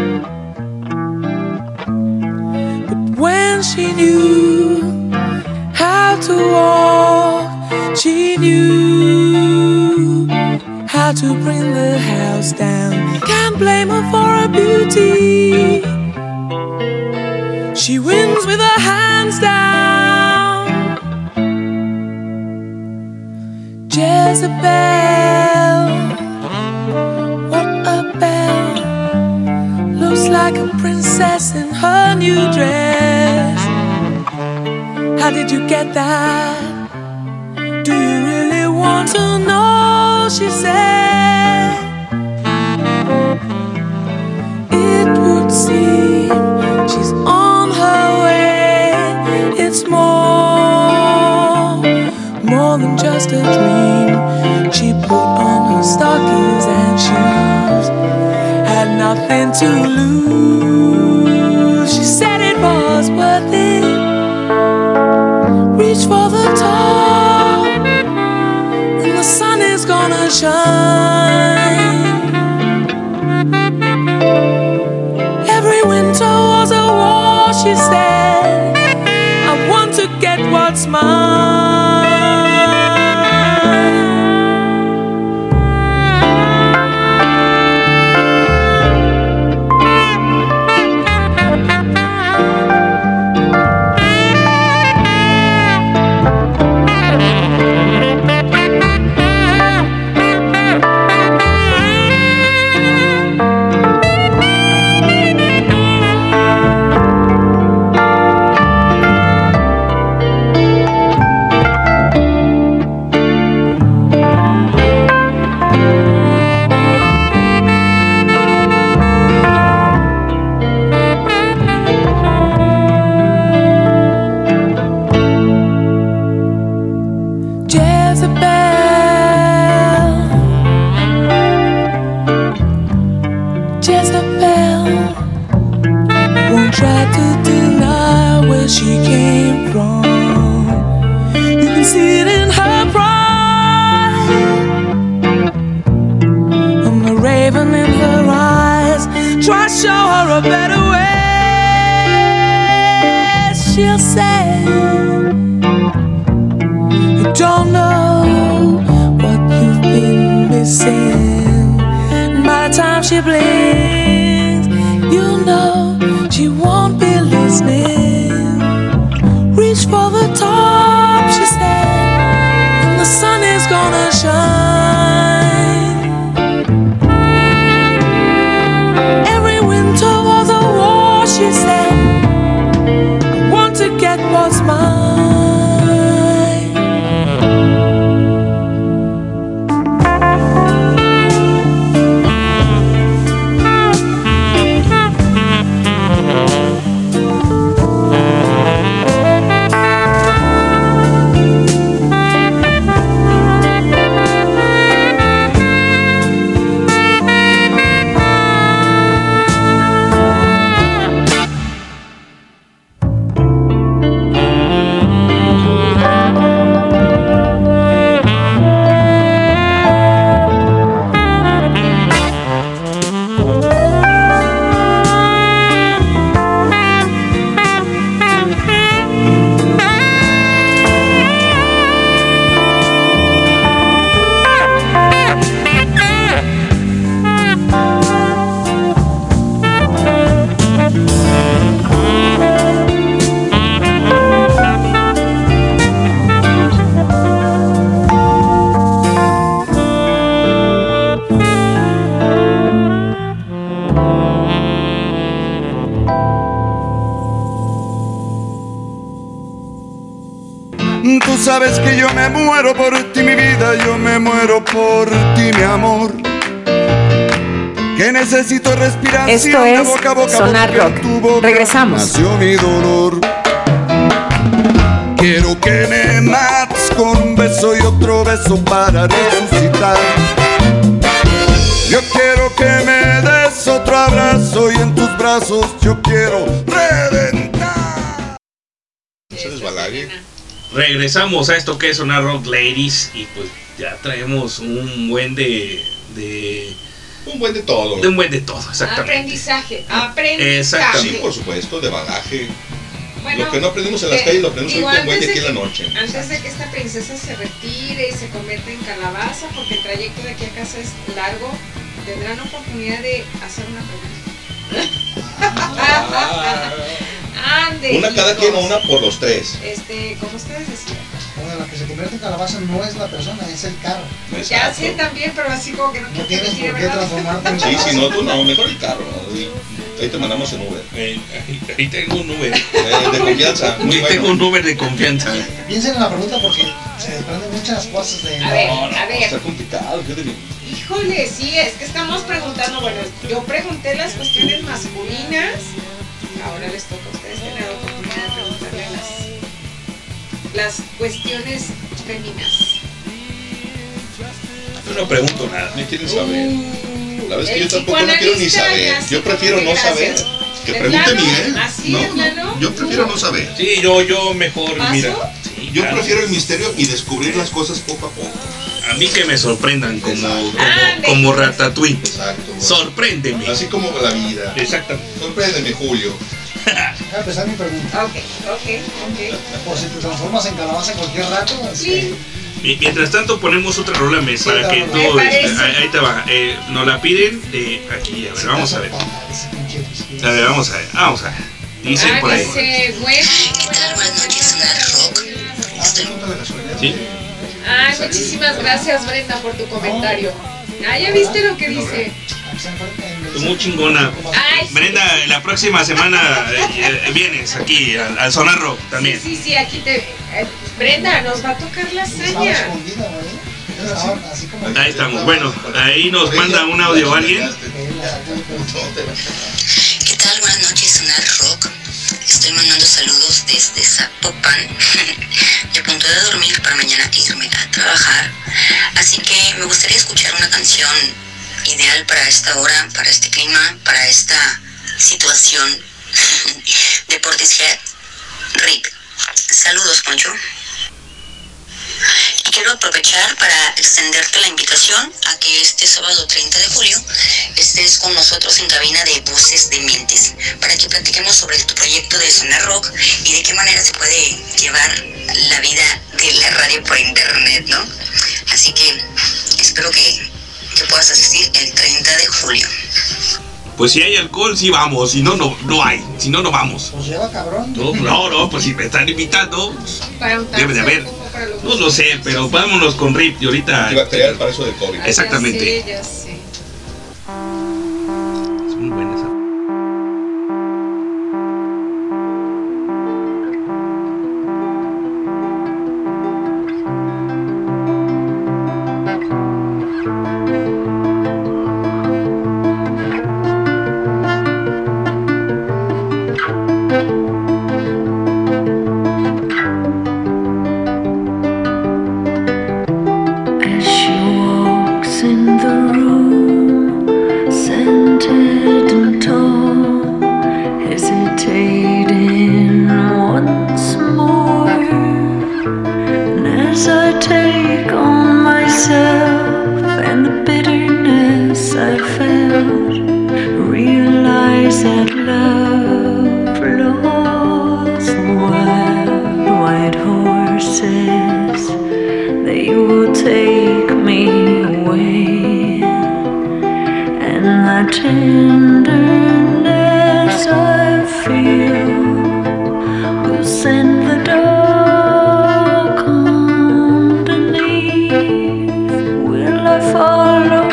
But when she knew how to walk, she knew how to bring the house down. Can't blame her for her beauty. She wins with her hands down. Jezebel, what a belle. Looks like a princess in her new dress. How did you get that? Do you really want to know? She said, it would seem she's on her way. It's more, more than just a dream. She put on her stockings and shoes, had nothing to lose. She said it was worth it. Reach for the top, and the sun is gonna shine. Every winter was a war, she said. I want to get what's mine. Jezebel won't try to deny where she came from. You can see it in her pride, and the raven in her eyes. Try to show her a better way. She'll say, you don't know what you've been missing. By the time she blinks, you know she won't be listening. Reach for the top, she said, and the sun is gonna shine. Every winter was a war, she said. I want to get what's mine. sabes que yo me muero por ti, mi vida, yo me muero por ti, mi amor. Que necesito respiración. Esto de es boca a boca, Sonar porque en Rock. tu boca Regresamos. nació mi dolor. Quiero que me mates con un beso y otro beso para resucitar. Yo quiero que me des otro abrazo y en tus brazos yo quiero reventar. Se desbalague. Regresamos a esto que es Sonar Rock, ladies, y pues ya traemos un buen de... de Un buen de todo. de un buen de todo, exactamente. Aprendizaje, aprendizaje. Exactamente. Sí, por supuesto, de bagaje. Bueno, Lo que no aprendimos en las que- calles lo aprendimos digo, hoy con buen de antes aquí en de la que- noche. Antes de que esta princesa se retire y se convierta en calabaza, porque el trayecto de aquí a casa es largo, tendrán oportunidad de hacer una pregunta. Ande, Una cada hijos. quien o una por los tres. Este, como ustedes decían. Bueno, la que se convierte en calabaza no es la persona, es el carro. Ya sé también, pero así como que no No quiero tienes decir, por qué ¿verdad? transformarte en Sí, calabaza. si no, tú no, mejor el carro. Ahí, ahí te mandamos en Uber. Eh, ahí, ahí tengo un Uber. Eh, de confianza, muy Ahí tengo bueno. un Uber de confianza. Piensen en la pregunta porque se desprenden muchas cosas de... A ver, No, no, a ver. está complicado. fíjate bien. Híjole, sí, es que estamos preguntando, bueno, yo pregunté las cuestiones masculinas, ahora les toca a ustedes tener la oportunidad de preguntarle las, las cuestiones femeninas. Yo no pregunto nada. Ni quieren saber. La verdad es que El yo tampoco no quiero ni psicoanalista saber. ya Yo sí, prefiero no gracias. saber. Que ¿De pregunte plano? Miguel. ¿Así, No, de no, plano? yo prefiero no saber. Sí, yo, yo mejor, ¿Paso? mira. Sí, Yo claro. prefiero el misterio y descubrir las cosas poco a poco. A mí que me sorprendan como, como, Ande. como Ratatouille. Exacto. Sorpréndeme. Así como la vida. Exactamente. Sorpréndeme, Julio. Voy a empezar mi pregunta. Ok, ok, ok. O si te transformas en calabaza en cualquier rato, este, Sí. Mi- Mientras tanto ponemos otra rola mes Sí, para la que rola. tú, Me parece. este, ahí, ahí te va. Eh, nos la piden de aquí, a ver, vamos a ver. ese pinche whisky. A ver, vamos a ver, vamos a ver. Dicen Ah, por ahí. dice, bueno. ¿Qué tal? Buenas noches, Sonar Rock. Estoy ¿Sí? Ay, muchísimas gracias, Brenda, por tu comentario. Ah, ya viste lo que dice. Tú muy chingona. Ay, sí. Brenda, la próxima semana eh, eh, vienes aquí al, al Sonar Rock también. Sí, sí, sí, aquí te. eh, Brenda, nos va a tocar la Estaba hazaña. escondida, ¿verdad? Estaba así como... Ahí estamos. Bueno, ahí nos manda un audio alguien. ¿Qué tal? Buenas noches, Sonar Rock. Estoy mandando saludos desde Zapopan. Y a punto de dormir para mañana irme a trabajar. Así que me gustaría escuchar una canción ideal para esta hora, para este clima, para esta situación de Portishead. Rip. Saludos, Poncho. Y quiero aprovechar para extenderte la invitación a que este sábado treinta de julio estés con nosotros en cabina de Voces de Mentes para que platiquemos sobre tu proyecto de Sonar Rock y de qué manera se puede llevar la vida de la radio por internet, ¿no? Así que espero que, que puedas asistir el treinta de julio. Pues si hay alcohol, sí vamos. Si no, no, no hay. Si no, no vamos. Pues lleva cabrón. No, no, no, pues si me están invitando, Para un debe de haber. como para los No lo sé, pero vámonos con Rip y ahorita. Antibacterial para eso del COVID. Ah, Exactamente. Ya sé, ya sé. Es muy buena esa. As she walks in the room, scented and tall, hesitating once more. And as I take on myself and the bitterness I felt, realize that love lost wild white horses. They will take me away, and the tenderness I feel will send the dark underneath. Will I follow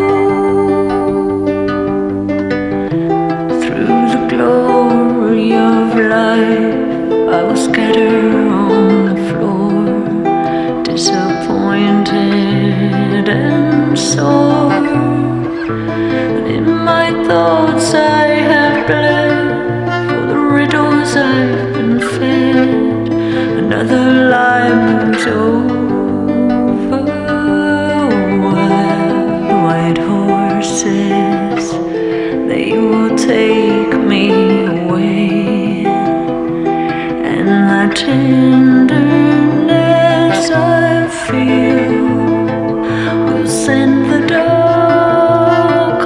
through the glory of life? I will scatter on the floor. torn. In my thoughts I have bled for the riddles I've been fed. Another lie moves over. Wild white horses, they will take me away, and the tenderness I feel will send the dark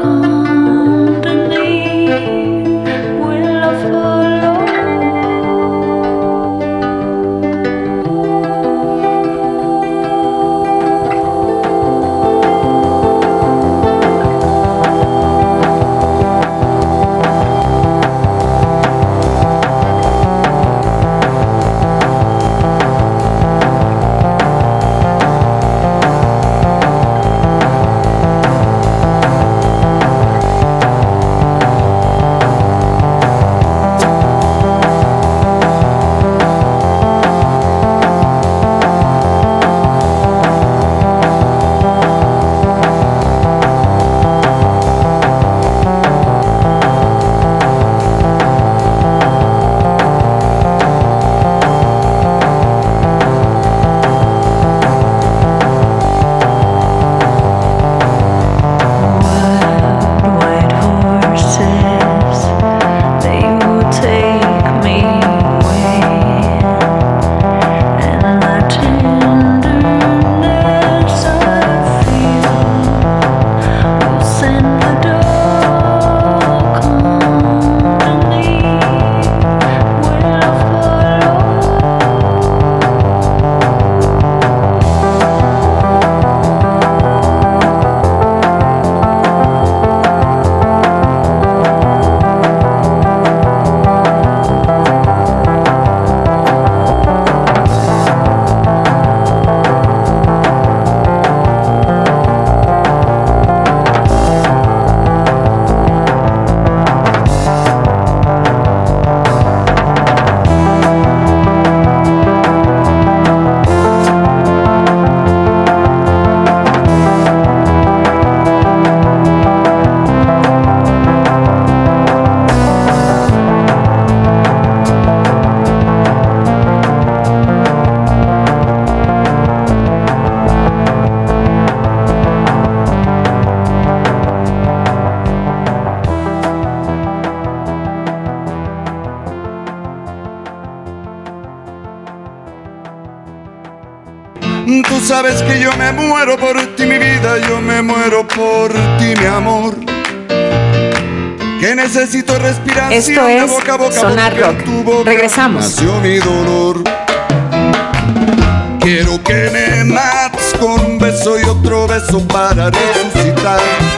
underneath. Will I follow? Tú sabes que yo me muero por ti, mi vida, yo me muero por ti, mi amor. Que necesito respiración. Esto es de boca a boca, Sonar porque Rock. en tu boca Regresamos. nació mi dolor. Quiero que me mates con un beso y otro beso para resucitar.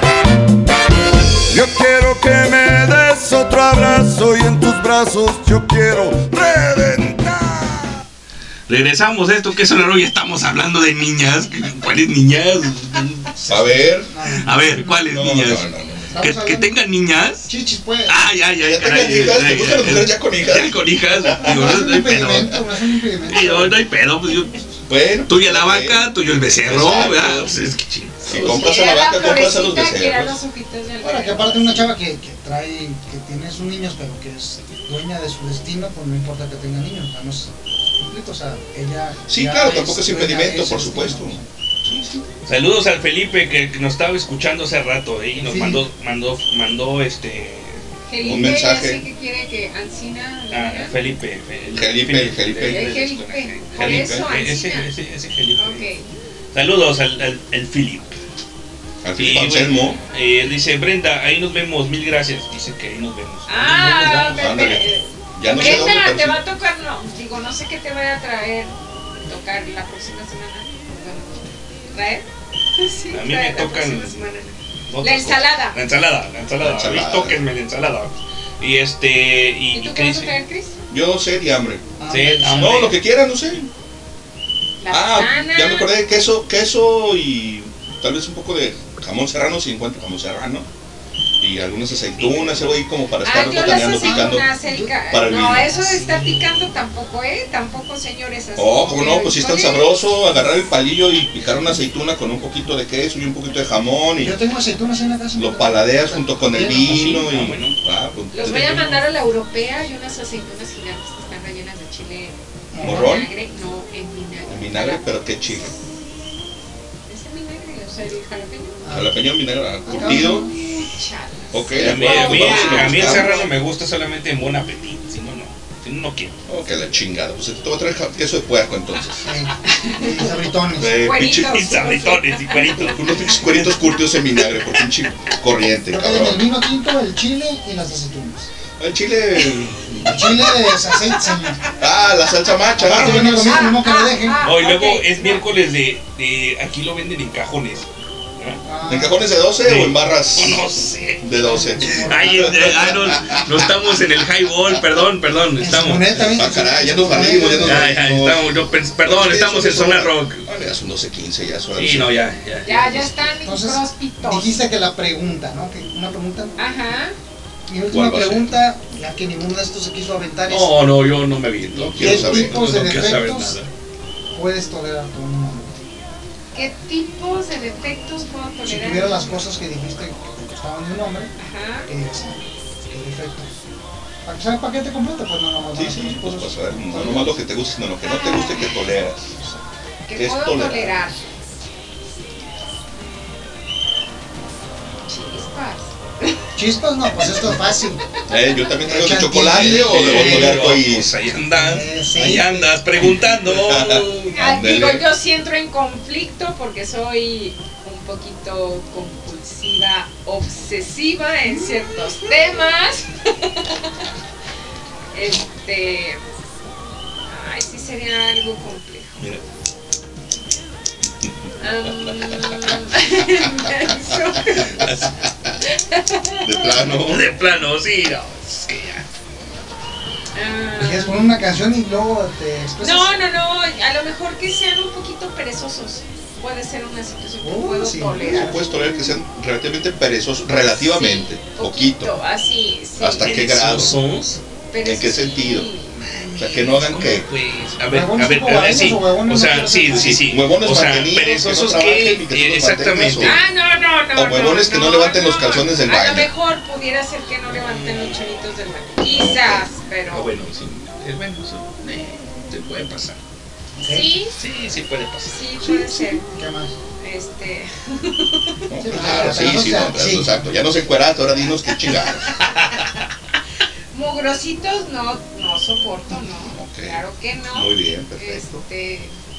Yo quiero que me des otro abrazo y en tus brazos yo quiero reventar. Regresamos a esto que es Sonar Rock. Ya estamos hablando de niñas. ¿Cuáles niñas? A ver. A ver, ¿cuáles No, niñas? no, no, no. Que, que tengan niñas. Chichis, pues. Ay, ay, ay. Ya tengan hijas, te gustan las mujeres ya con hijas. Ya con hijas. Digo, no, no hay pedo. Digo, no hay pedo. Pues yo, Bueno. tuya la okay. vaca, tuyo el becerro. Exacto. ¿Verdad? Pues es que chido. Si compras a la vaca, compras a los becerros. Ahora, que aparte una chava que, que trae, que tiene sus niños, pero que es dueña de su destino, pues no importa que tenga niños. O sea, no es, o sea, ella. Sí, claro, tampoco es impedimento, por supuesto. Sí, sí. Saludos al Felipe que, que nos estaba escuchando hace rato ¿eh? Y nos Sí. mandó, mandó, mandó este. Felipe, Un mensaje. ya sé que quiere que Ancina. Ah, Felipe. Felipe, Felipe. Felipe. Por eso, Ese, Ancina. ese, ese Felipe. Ok. Saludos al, al, al Philip. Al Y, Felipe Anselmo. eh, dice Brenda, ahí nos vemos, mil gracias. Dice que ahí nos vemos. Ah, Ahí nos vemos. ándale. Ya no sé Brenda, dónde, pero te sí. va a tocar, no, digo, no sé qué te vaya a traer, tocar la próxima semana. Bueno, ¿traer? Sí, A mí me traer la tocan próxima semana. Otra La ensalada. cosa. La ensalada, la ensalada. La ensalada. A mí tóquenme la ensalada. Y este. ¿Y, ¿Y y tú qué qué vas a dice? traer, Chris? Yo sed y hambre. Sí, Ah, hambre. No, lo que quieran, no sé. La Ah, botana. ya me acordé de queso, queso y tal vez un poco de jamón serrano si encuentro jamón serrano. Y algunas aceitunas, algo ahí como para Ah, estar yo las botaneando, picando. aceitunas, el ca- para el no, vino. eso de estar picando tampoco, ¿eh? Tampoco, señores. Así Oh, como como no, que pues sí es tan híjole. sabroso agarrar el palillo y picar una aceituna con un poquito de queso y un poquito de jamón y Yo tengo aceitunas en la casa. lo paladeas junto con el vino Ah, y... bueno. ah, pues, Los voy a mandar a la europea y unas aceitunas gigantes que están rellenas de chile en ¿Morrón? vinagre. No, en vinagre. En vinagre, pero qué chile. Es en vinagre, o sea, el jalapeño. Jalapeño en vinagre, ah, curtido. Chala. Ok, A de mí, acuerdo, a mí, vamos a a mí el buscar. serrano me gusta solamente en Bon Appetit, si no, no. Si no, no quiero. Ok, la chingada. Pues te voy a traer ja- queso de puerco entonces. Sí, y sabritones. Eh, Cueritos. pinche- Y sabritones y cueritos. unos pinches cueritos curtidos en vinagre, por pinche corriente, Yo tengo el cabrón. vino tinto, el chile y las aceitunas. El chile... El chile de aceite, señor. Ah, la salsa macha. Aparte viene lo mismo, no que lo dejen. Ah, Oh, y luego ok, es no. miércoles de, de. Aquí lo venden en cajones. Ah, ¿En cajones de doce Sí. o en barras Oh, no sé. de doce? Ay, eh, ah, no, no estamos en el highball, perdón, perdón, en estamos. Simonel también. Ah, caray, ya nos valimos, ya nos Ya, ya, estamos, no, per- perdón, estamos en zona rock. Ah, ya son doce quince, ya son... Sí, no, ya, ya. Ya, ya están Entonces, próspitos. dijiste que la pregunta, ¿no? Que una pregunta. Ajá. Mi última ¿Cuál va a ser? pregunta, ya que ninguno de estos se quiso aventar, es: No, no, yo no me viento. No quiero ¿qué saber, tipos no de quiero saber defectos nada. puedes tolerar con un hombre? ¿Qué tipos de defectos puedo tolerar? Si tuvieras las cosas que dijiste que te gustaban de un hombre, Ajá. ¿qué dirías? ¿Qué defectos? ¿Para que saber para qué te completa? Pues no, no, no. Sí, sí, pues para saber, no nomás lo que te guste, sino lo que no te guste que toleras. ¿Qué ¿Qué es puedo tolerar? tolerar? Chispas. Chispas, no, pues esto es fácil. Eh, yo también traigo de Chantilly. chocolate o de Eh, botonear Pues arcoíris. ahí andas, Eh, sí. ahí andas preguntando. Ah, Ándale. digo, yo sí entro en conflicto porque soy un poquito compulsiva, obsesiva en ciertos temas. Este. Ay, sí sería algo complejo. Mira, De plano. de plano, sí, no, es que ya. Ah, ¿Quieres poner una canción y luego te expresas? no, no, no, a lo mejor que sean un poquito perezosos. Puede ser una situación que Oh, puedo sí. Sí, tolerar. puedes tolerar que sean relativamente perezosos, relativamente, Sí, poquito. así, sí. ¿Hasta qué grado? ¿Perezosos? Pero ¿En qué sí. sentido? O sea, que no hagan ¿Cómo, que... pues? A ver, ¿Huevones a ver, tipo a ver, huevones sí. o huevones O no sea, quiero sí, ser sí, sí. Huevones O sea, mantenidos, que no perezosos trabajen que, y que tú eh, los exactamente. mantengas, Ah, no, no, no. O huevones que no levanten los calzones del A baño. lo mejor pudiera ser que no levanten los choritos del baño. Quizás, pero. Ah, bueno, sí, es bueno, eso, eh, se puede pasar. Sí, Sí, sí puede pasar. sí, puede ser. ¿Qué más? Este. No, Sí, claro, sí, pero sí, no no, sea- pero sí. exacto. Ya nos encueraste, ahora dinos qué chingados. Mugrositos no, no soporto, no. Ok. Claro que no. Muy bien, perfecto. Este.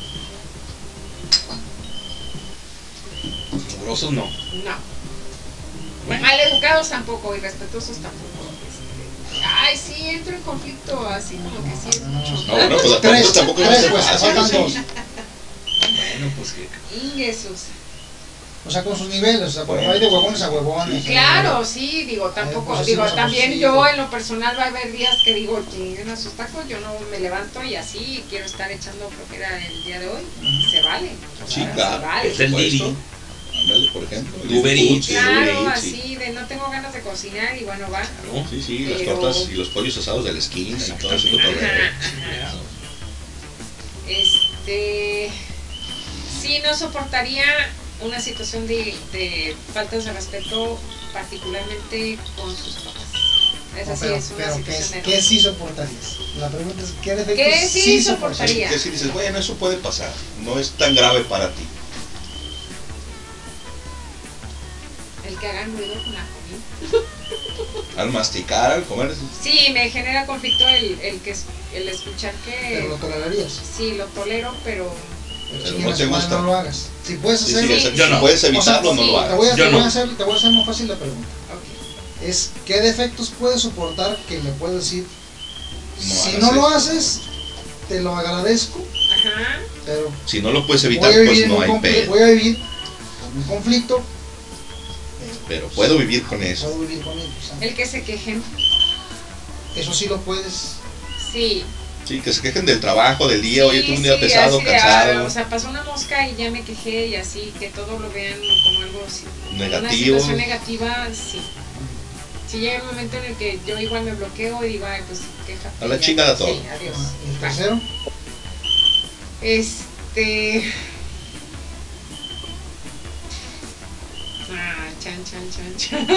Grosos no. No. Bueno. Maleducados tampoco, irrespetuosos tampoco. Este, ay, sí, entro en conflicto así como que sí es mucho. No, bueno, pues la Tres, pregunta tampoco va a tres, ser pues, te fácil, faltan sí. dos. Bueno, pues que. Ingesus. O sea, con sus niveles, o sea, porque hay de huevones a huevones. Claro, sí, digo, tampoco, pues, digo, sí, pues, también sí. yo en lo personal va a haber días que digo, chinguen a sus tacos, yo no me levanto y así quiero estar echando flojera el día de hoy, se vale. o Sí, sea, claro. se vale. Es el Didi. Ándale, por ejemplo. El Uber Eats. el Uber Claro, Eats, sí. así de no tengo ganas de cocinar y bueno, va. Claro. Sí, sí, las Pero- tortas y los pollos asados de la esquina y todo eso. Exactamente. todo. Ajá, ajá. Este, sí, no soportaría una situación de, de faltas de respeto, particularmente con sus papás. Esa No, sí pero, es una pero ¿qué, situación ¿qué sí soportarías? La pregunta es, ¿qué defectos ¿Qué sí sí soportaría? Que si dices, bueno, eso puede pasar, no es tan grave para ti. el que hagan ruido con la comida. Al masticar, al comer, Sí, me genera conflicto el, el que es- el escuchar Pero lo que tolerarías. sí lo tolero, pero Pero Pero chinguen no a te su madre, gusta. no lo hagas. Si puedes sí, sí, hacerlo, exacto. yo no. Si puedes evitarlo, O sea, no sí, lo te hagas. voy, a, Yo te, voy no. a hacer, te voy a hacer más fácil la pregunta. ok. Es, ¿qué defectos puedes soportar que le puedes decir? No si hagas no lo esto. haces, te lo agradezco, Ajá. pero Si no lo puedes voy evitar, a vivir, pues en no un hay confli- pedo. voy a vivir con un conflicto, Pero puedo vivir con eso. puedo vivir con él. O sea, El que se quejen. eso sí lo puedes. Sí. Sí, que se quejen del trabajo, del día, oye, Sí, tuve un día sí, pesado, así de, cansado, ah, o sea, pasó una mosca y ya me quejé y así, que todo lo vean como algo así. negativo. Una situación negativa, sí. Si llega un momento en el que yo igual me bloqueo y digo, ay, pues queja. A la chingada todo. Sí, adiós. ¿Y el tercero? Este. Ah, chan, chan, chan, chan.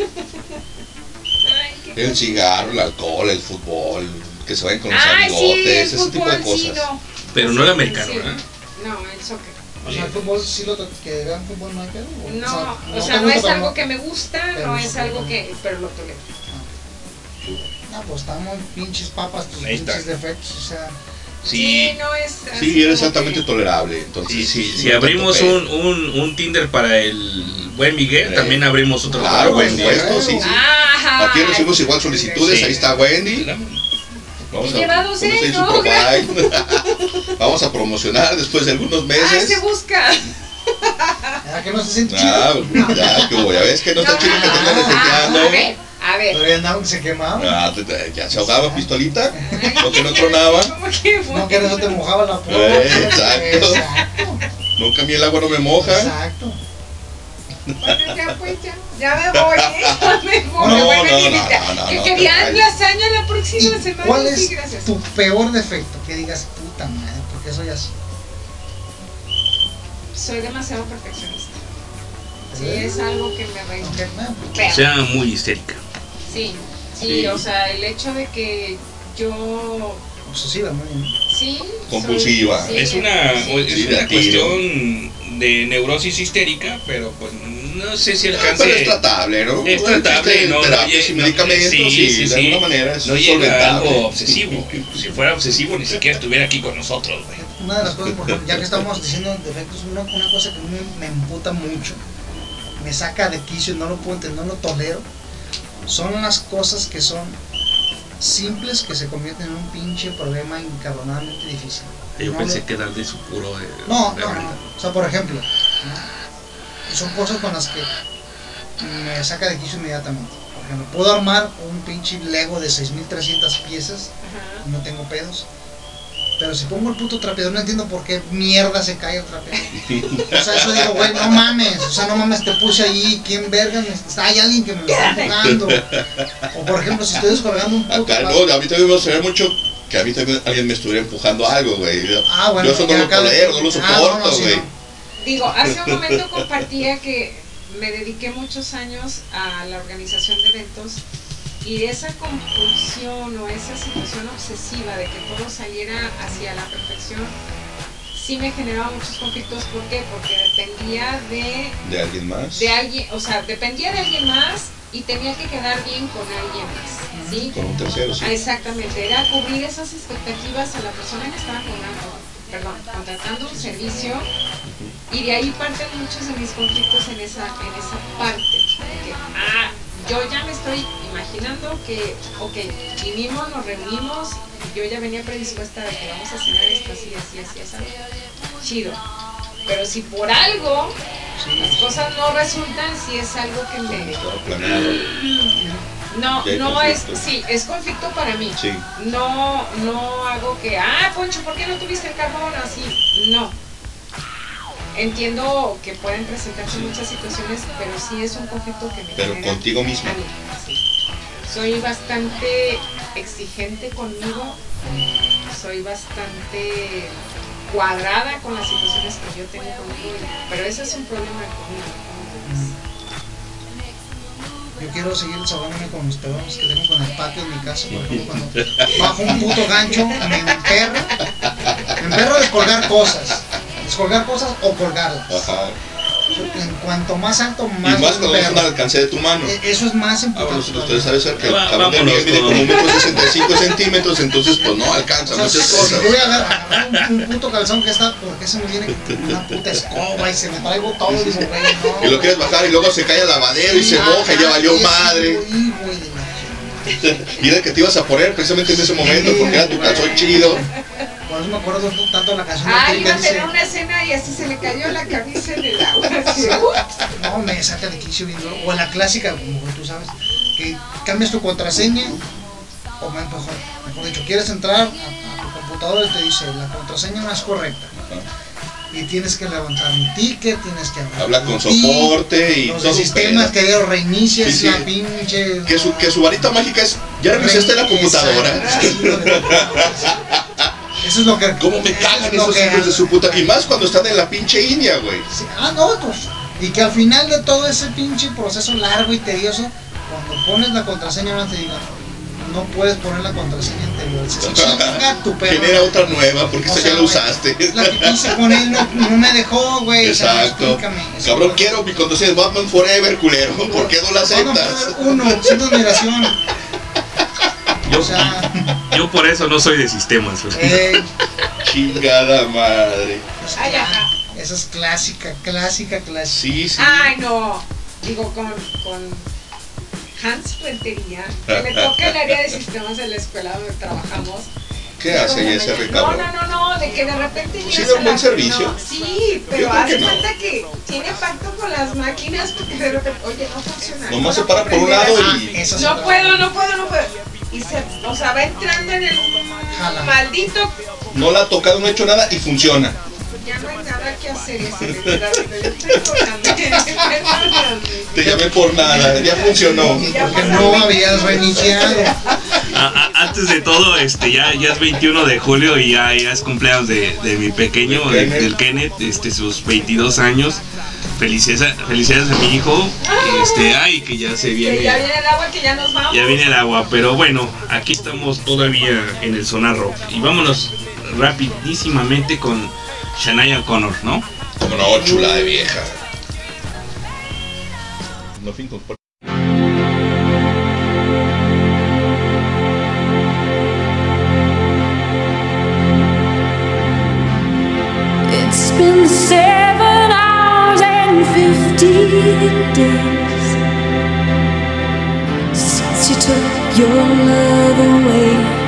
Ay, qué El cigarro, el alcohol, el fútbol, que se vayan con los Ay, sí, amigotes, el ese tipo de fútbol, sí, cosas. no. Pero no el americano, Sí. ¿eh? No, el soccer. O sea, el fútbol sí lo to- que vean fútbol no hay pedo. No, o te sea, no gusta, es pero algo que me gusta, pero no sí, es algo no. que. Pero lo tolero. No, pues estamos pinches papas, tus Ahí está. pinches defectos, o sea. Sí, Sí, no es. así Sí, eres como altamente que- tolerable. Entonces, sí, sí, sí, si no abrimos tanto un, un, un Tinder para el buen Miguel, Eh, también abrimos otro para Claro, el por buen Miguel. supuesto, sí, sí. Ajá. Aquí recibimos igual solicitudes, Sí. ahí está Wendy. Vamos Y llevados ponerse ahí él, su ¿no? profile. Vamos a promocionar después de algunos Ah, meses. se busca. ¿A que no se siente Ah, chido? ya, que voy, ya ves que no está No, chido que no, te no, andes a deseando. ver, a ver. Todavía andaban, se quemaban. Ah, te- te- ya se ahogaba pistolita, lo que no tronaba. ¿Cómo que fue? No, que eso te mojaba la puerta. Eh, exacto. Exacto. Nunca a mí el agua no me moja. Exacto. Bueno, ya pues, ya. Ya me voy, ¿eh? Ya me voy. No, Buena no, no, visita. no, no, Que no, querían no. lasaña la próxima ¿Y semana. cuál Sí, es gracias. tu peor defecto? Que digas, puta madre, porque eso ya es. Soy demasiado perfeccionista. Sí, ¿Eh? es algo que me re... Ok, no, Feo. Sea muy histérica. Sí, sí, Sí. o sea, el hecho de que yo... obsesiva, muy bien. Sí. Compulsiva. soy- sí, Es una, sí. es Sí, una de tiro. cuestión de neurosis histérica, pero pues no sé si Ah, alcance. pero es tratable, ¿no? Es tratable, Existen no, no terapias llega- y no, medicamentos sí, y sí, de sí. alguna manera es No llega a solventable. algo obsesivo. Si fuera obsesivo, ni siquiera estuviera aquí con nosotros, güey. Una de las cosas, por ejemplo, ya que estamos diciendo defectos, una, una cosa que me, me emputa mucho, me saca de quicio, no lo puedo entender, no lo tolero, son las cosas que son simples que se convierten en un pinche problema encabronadamente difícil. Yo No pensé lo- que darle su puro de, No, de no, Brenda. no. O sea, por ejemplo, ¿no? Son cosas con las que me saca de quicio inmediatamente. Por ejemplo, puedo armar un pinche Lego de seis mil trescientas piezas, Ajá. no tengo pedos. Pero si pongo el puto trapeador, no entiendo por qué mierda se cae el trapeador. O sea, eso digo, güey, no mames. O sea, no mames, te puse ahí, ¿quién verga? me- Está, hay alguien que me lo está empujando. O por ejemplo, si estoy descolgando un puto. Acá no, a mí también me gustaría mucho que a mí también alguien me estuviera empujando algo, güey. Ah, bueno, Yo eso no ya lo cada- tolero, no lo Ah, no, no, soporto, sí, güey. no. Digo, hace un momento compartía que me dediqué muchos años a la organización de eventos y esa compulsión o esa situación obsesiva de que todo saliera hacia la perfección sí me generaba muchos conflictos. ¿Por qué? Porque dependía de, ¿De alguien más? de alguien, o sea, dependía de alguien más y tenía que quedar bien con alguien más, ¿sí? Con un tercero, sí. Ah, exactamente, era cubrir esas expectativas a la persona que estaba cobrando, perdón, contratando un servicio, y de ahí parten muchos de mis conflictos en esa, en esa parte. Que, ah, yo ya me estoy imaginando que, ok, vinimos, nos reunimos, y yo ya venía predispuesta de que vamos a cenar esto así, así, así, así. Chido. Pero si por algo las cosas no resultan, sí es algo que me... Todo planeado. No, Ya hay no es, conflicto. sí, es conflicto para mí. Sí. No, no hago que, ah, Poncho, ¿por qué no tuviste el carbón así? No. Entiendo que pueden presentarse muchas situaciones, pero sí es un conflicto que me Pero genera contigo mismo. a mí, sí. Soy bastante exigente conmigo, soy bastante cuadrada con las situaciones que yo tengo conmigo, pero ese es un problema conmigo. Yo quiero seguir desahogándome con los pedones que tengo con el patio de mi casa. Por ejemplo, cuando bajo un puto gancho, me emperro. Me emperro de colgar cosas. Descolgar cosas o colgarlas. Ajá. En cuanto más alto, Y más más me cuando es emperro. un alcance de tu mano. E- Eso es más Ah, bueno, importante. ustedes saben ser que el Va- cabrón de vámonos Miguel mide con- como un metro sesenta y cinco centímetros, entonces pues no alcanza O sea, muchas si cosas. yo voy a agarrar, agarrar un, un puto calzón que está, porque se me viene con una puta escoba y se me traigo todo y digo, güey, no. Y lo quieres bajar y luego se cae al lavadero y se moja y ya valió madre. Sí, güey, de la chingada. Y era el que te ibas a poner precisamente en ese momento porque era tu calzón chido. Por eso me acuerdo tanto de la canción de Ah, King iba a que dice, tener una escena y así se le cayó la camisa en el agua. Así, ups. no, me saca de quicio bien duro. O en la clásica, como tú sabes, que cambias tu contraseña, o mejor, mejor dicho, quieres entrar a, a tu computadora y te dice, la contraseña no es correcta. y tienes que levantar un ticket, tienes que hablar habla con soporte y los todo sistemas que ya reinicies sí, sí. la pinche que su, que su varita mágica es ya reiniciaste la computadora. Eso es lo que cómo me cagan esos hijos de su puta, y más cuando están en la pinche India, güey. Sí, ah no pues y que al final de todo ese pinche proceso largo y tedioso, cuando pones la contraseña no te digan no puedes poner la contraseña anterior. Se chinga tu perro. Genera otra nueva porque esa ya la wey, usaste. La que quise poner no, no me dejó, güey. Exacto. O sea, cabrón, eso, quiero mi contraseña de Batman Forever, culero. ¿Por qué no la aceptas? Uno, siento admiración. Yo, o sea, yo por eso no soy de sistemas. Eh, Chingada madre. Pues, Ay, ajá. Esa es clásica, clásica, clásica. Sí, sí. Ay, no. Digo, con, con Hans Rentería, que le toca el área de sistemas en la escuela donde trabajamos. ¿Qué hace ella ese recado? No, no, no, no, de que de repente sí, da un buen servicio. No, sí, pero Yo hace no. falta que tiene pacto con las máquinas porque de repente, oye, no funciona. Nomás no se para por un lado Ah, y... eso No sí. puedo, no puedo, no puedo. Y se, o sea, va entrando en el Jala. maldito. No la ha tocado, no ha hecho nada y funciona. Ya no hay nada que hacer, ese literalmente. Yo estoy colgando. Te llamé por nada, ya funcionó. Porque no habías reiniciado. A- a- antes de todo, este ya, ya es veintiuno de julio y ya, ya es cumpleaños de, de mi pequeño, de- del Kenneth, este, sus veintidós años. Felicidades, felicidades a mi hijo. Este, ay, que ya se Que viene. ya viene el agua, que ya nos vamos. Ya viene el agua, pero bueno, aquí estamos todavía en el Sonar Rock. Y vámonos rapidísimamente con Shania Connor, ¿no? Como no, chula de vieja. No fin con... It's been seven hours and fifty days since you took your love away.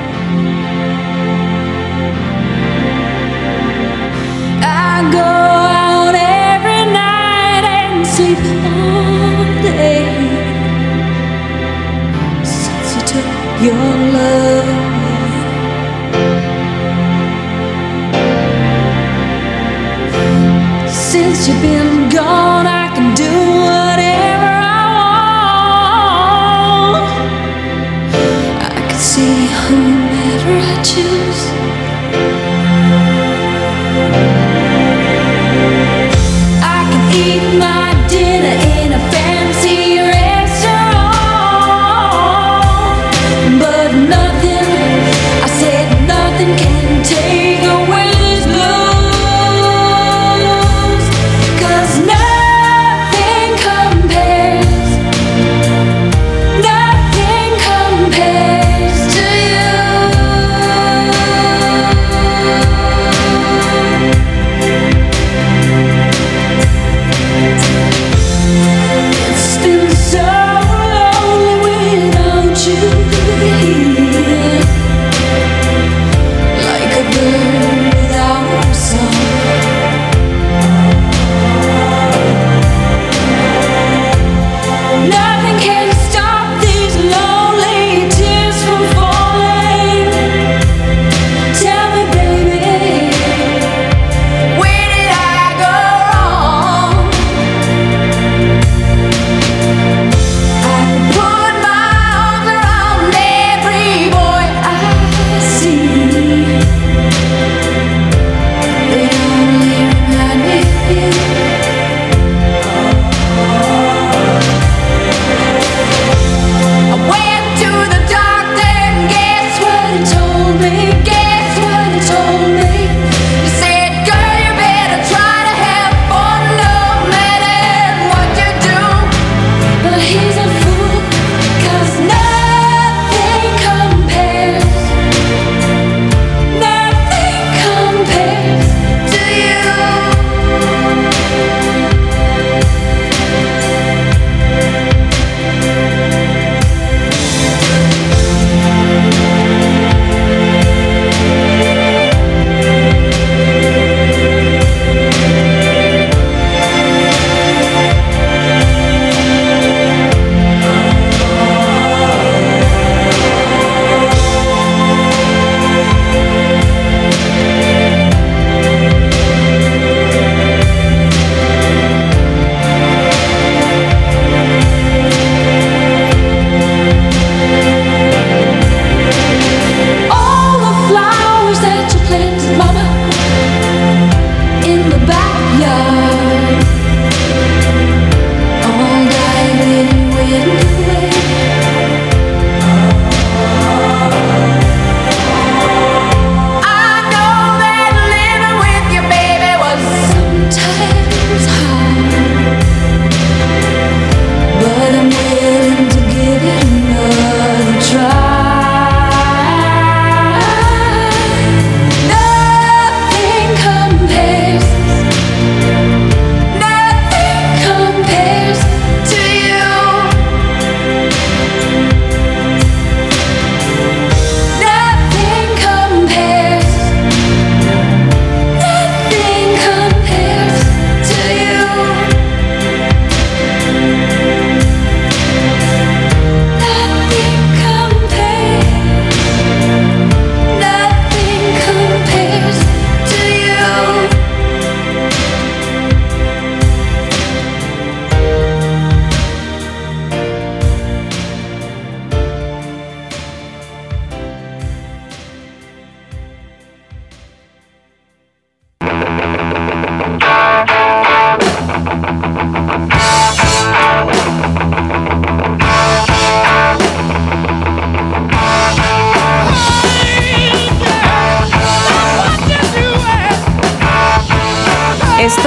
I go out every night and sleep all day since you took your love away. Since you've been gone, I can do whatever I want. I can see whomever I choose. I can eat my dinner in a fancy restaurant, but nothing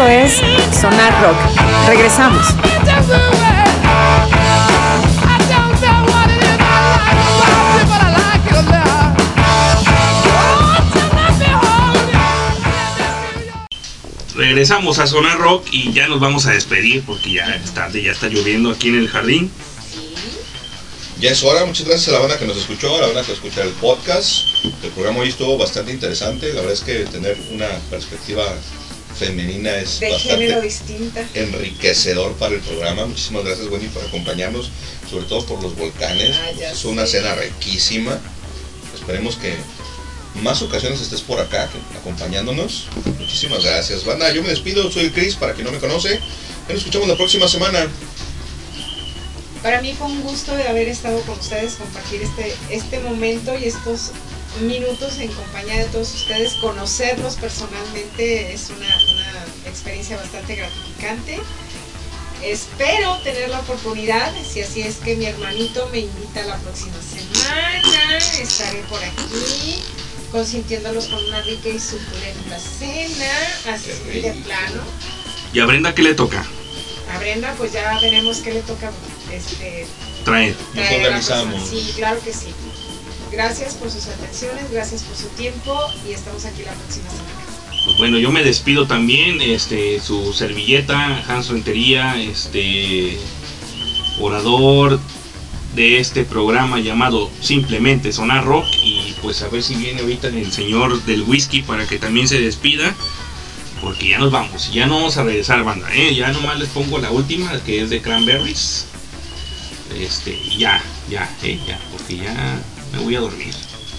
Esto es Sonar Rock. Regresamos. Regresamos a Sonar Rock y ya nos vamos a despedir porque ya es tarde, ya está lloviendo aquí en el jardín. Ya es hora, muchas gracias a la banda que nos escuchó, a la banda que escucha el podcast. El programa hoy estuvo bastante interesante, la verdad es que tener una perspectiva femenina es de bastante género distinta, enriquecedor para el programa. Muchísimas gracias, Wendy, por acompañarnos, sobre todo por los volcanes. Ah, es una sé. cena riquísima. Esperemos que más ocasiones estés por acá acompañándonos. Muchísimas gracias, banda. Yo me despido, soy el Chris, para quien no me conoce. Ya nos escuchamos la próxima semana. Para mí fue un gusto de haber estado con ustedes, compartir este, este momento y estos minutos en compañía de todos ustedes. Conocerlos personalmente es una, una experiencia bastante gratificante. Espero tener la oportunidad, si así es que mi hermanito me invita la próxima semana, estaré por aquí consintiéndolos con una rica y suculenta cena, así de plano. ¿Y a Brenda qué le toca? A Brenda pues ya veremos qué le toca este, Traer. Nos traer a la organizamos. próxima. Sí, claro que sí. Gracias por sus atenciones, gracias por su tiempo y estamos aquí la próxima semana. Pues bueno, yo me despido también, este, su servilleta, Hans Rentería, este, orador de este programa llamado simplemente Sonar Rock, y pues a ver si viene ahorita el señor del whisky para que también se despida, porque ya nos vamos, ya no vamos a regresar, banda, ¿eh? Ya nomás les pongo la última, que es de Cranberries, este, y ya, ya, eh, ya, porque ya me voy a dormir.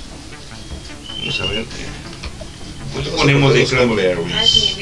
Vamos a ver, eh, pues le ponemos de Cranberries.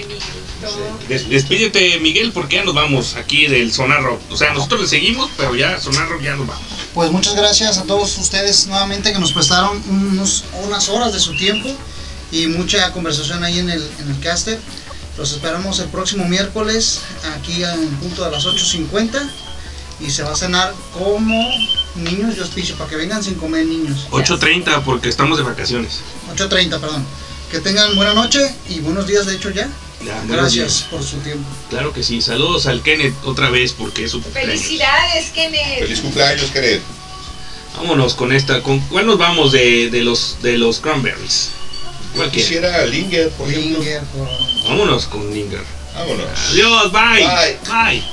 Des, despídete, Miguel, porque ya nos vamos aquí del Sonar Rock. O sea, nosotros le seguimos, pero ya Sonar Rock ya nos vamos. Pues muchas gracias a todos ustedes nuevamente que nos prestaron unos, unas horas de su tiempo y mucha conversación ahí en el, en el caster. Los esperamos el próximo miércoles aquí en punto de las ocho cincuenta y se va a cenar como niños, yo picho, para que vengan sin comer niños. ocho treinta porque estamos de vacaciones. ocho treinta, perdón. Que tengan buena noche y buenos días, de hecho ya. Ya, Gracias días. por su tiempo. Claro que sí. Saludos al Kenneth otra vez porque es su cumpleaños. Felicidades, Kenneth. Feliz cumpleaños, Kenneth. Vámonos con esta. ¿Con cuál nos vamos de, de los de los Cranberries? Yo quisiera Linger, por ejemplo. Linger, por... Vámonos con Linger. Vámonos. Adiós, bye. Bye. Bye.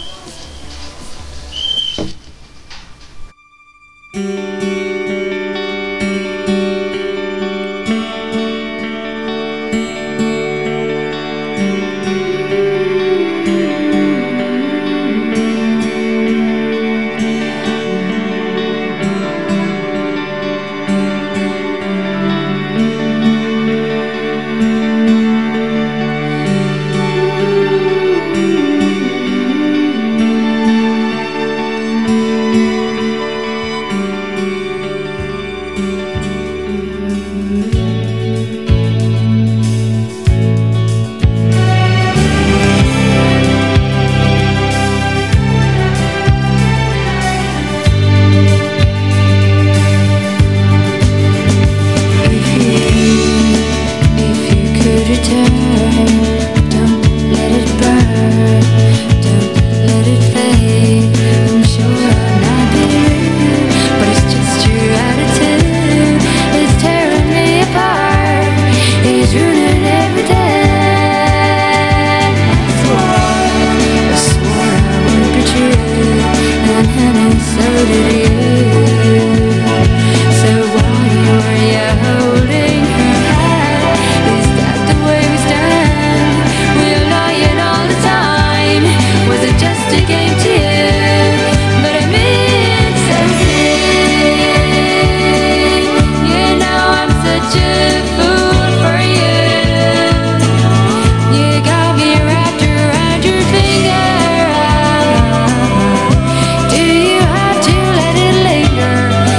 Do you have to let it linger?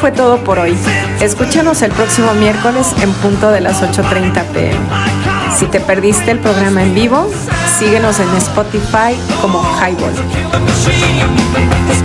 fue todo por hoy. Escúchanos el próximo miércoles en punto de las ocho treinta pm. Si te perdiste el programa en vivo, síguenos en Spotify como Highball.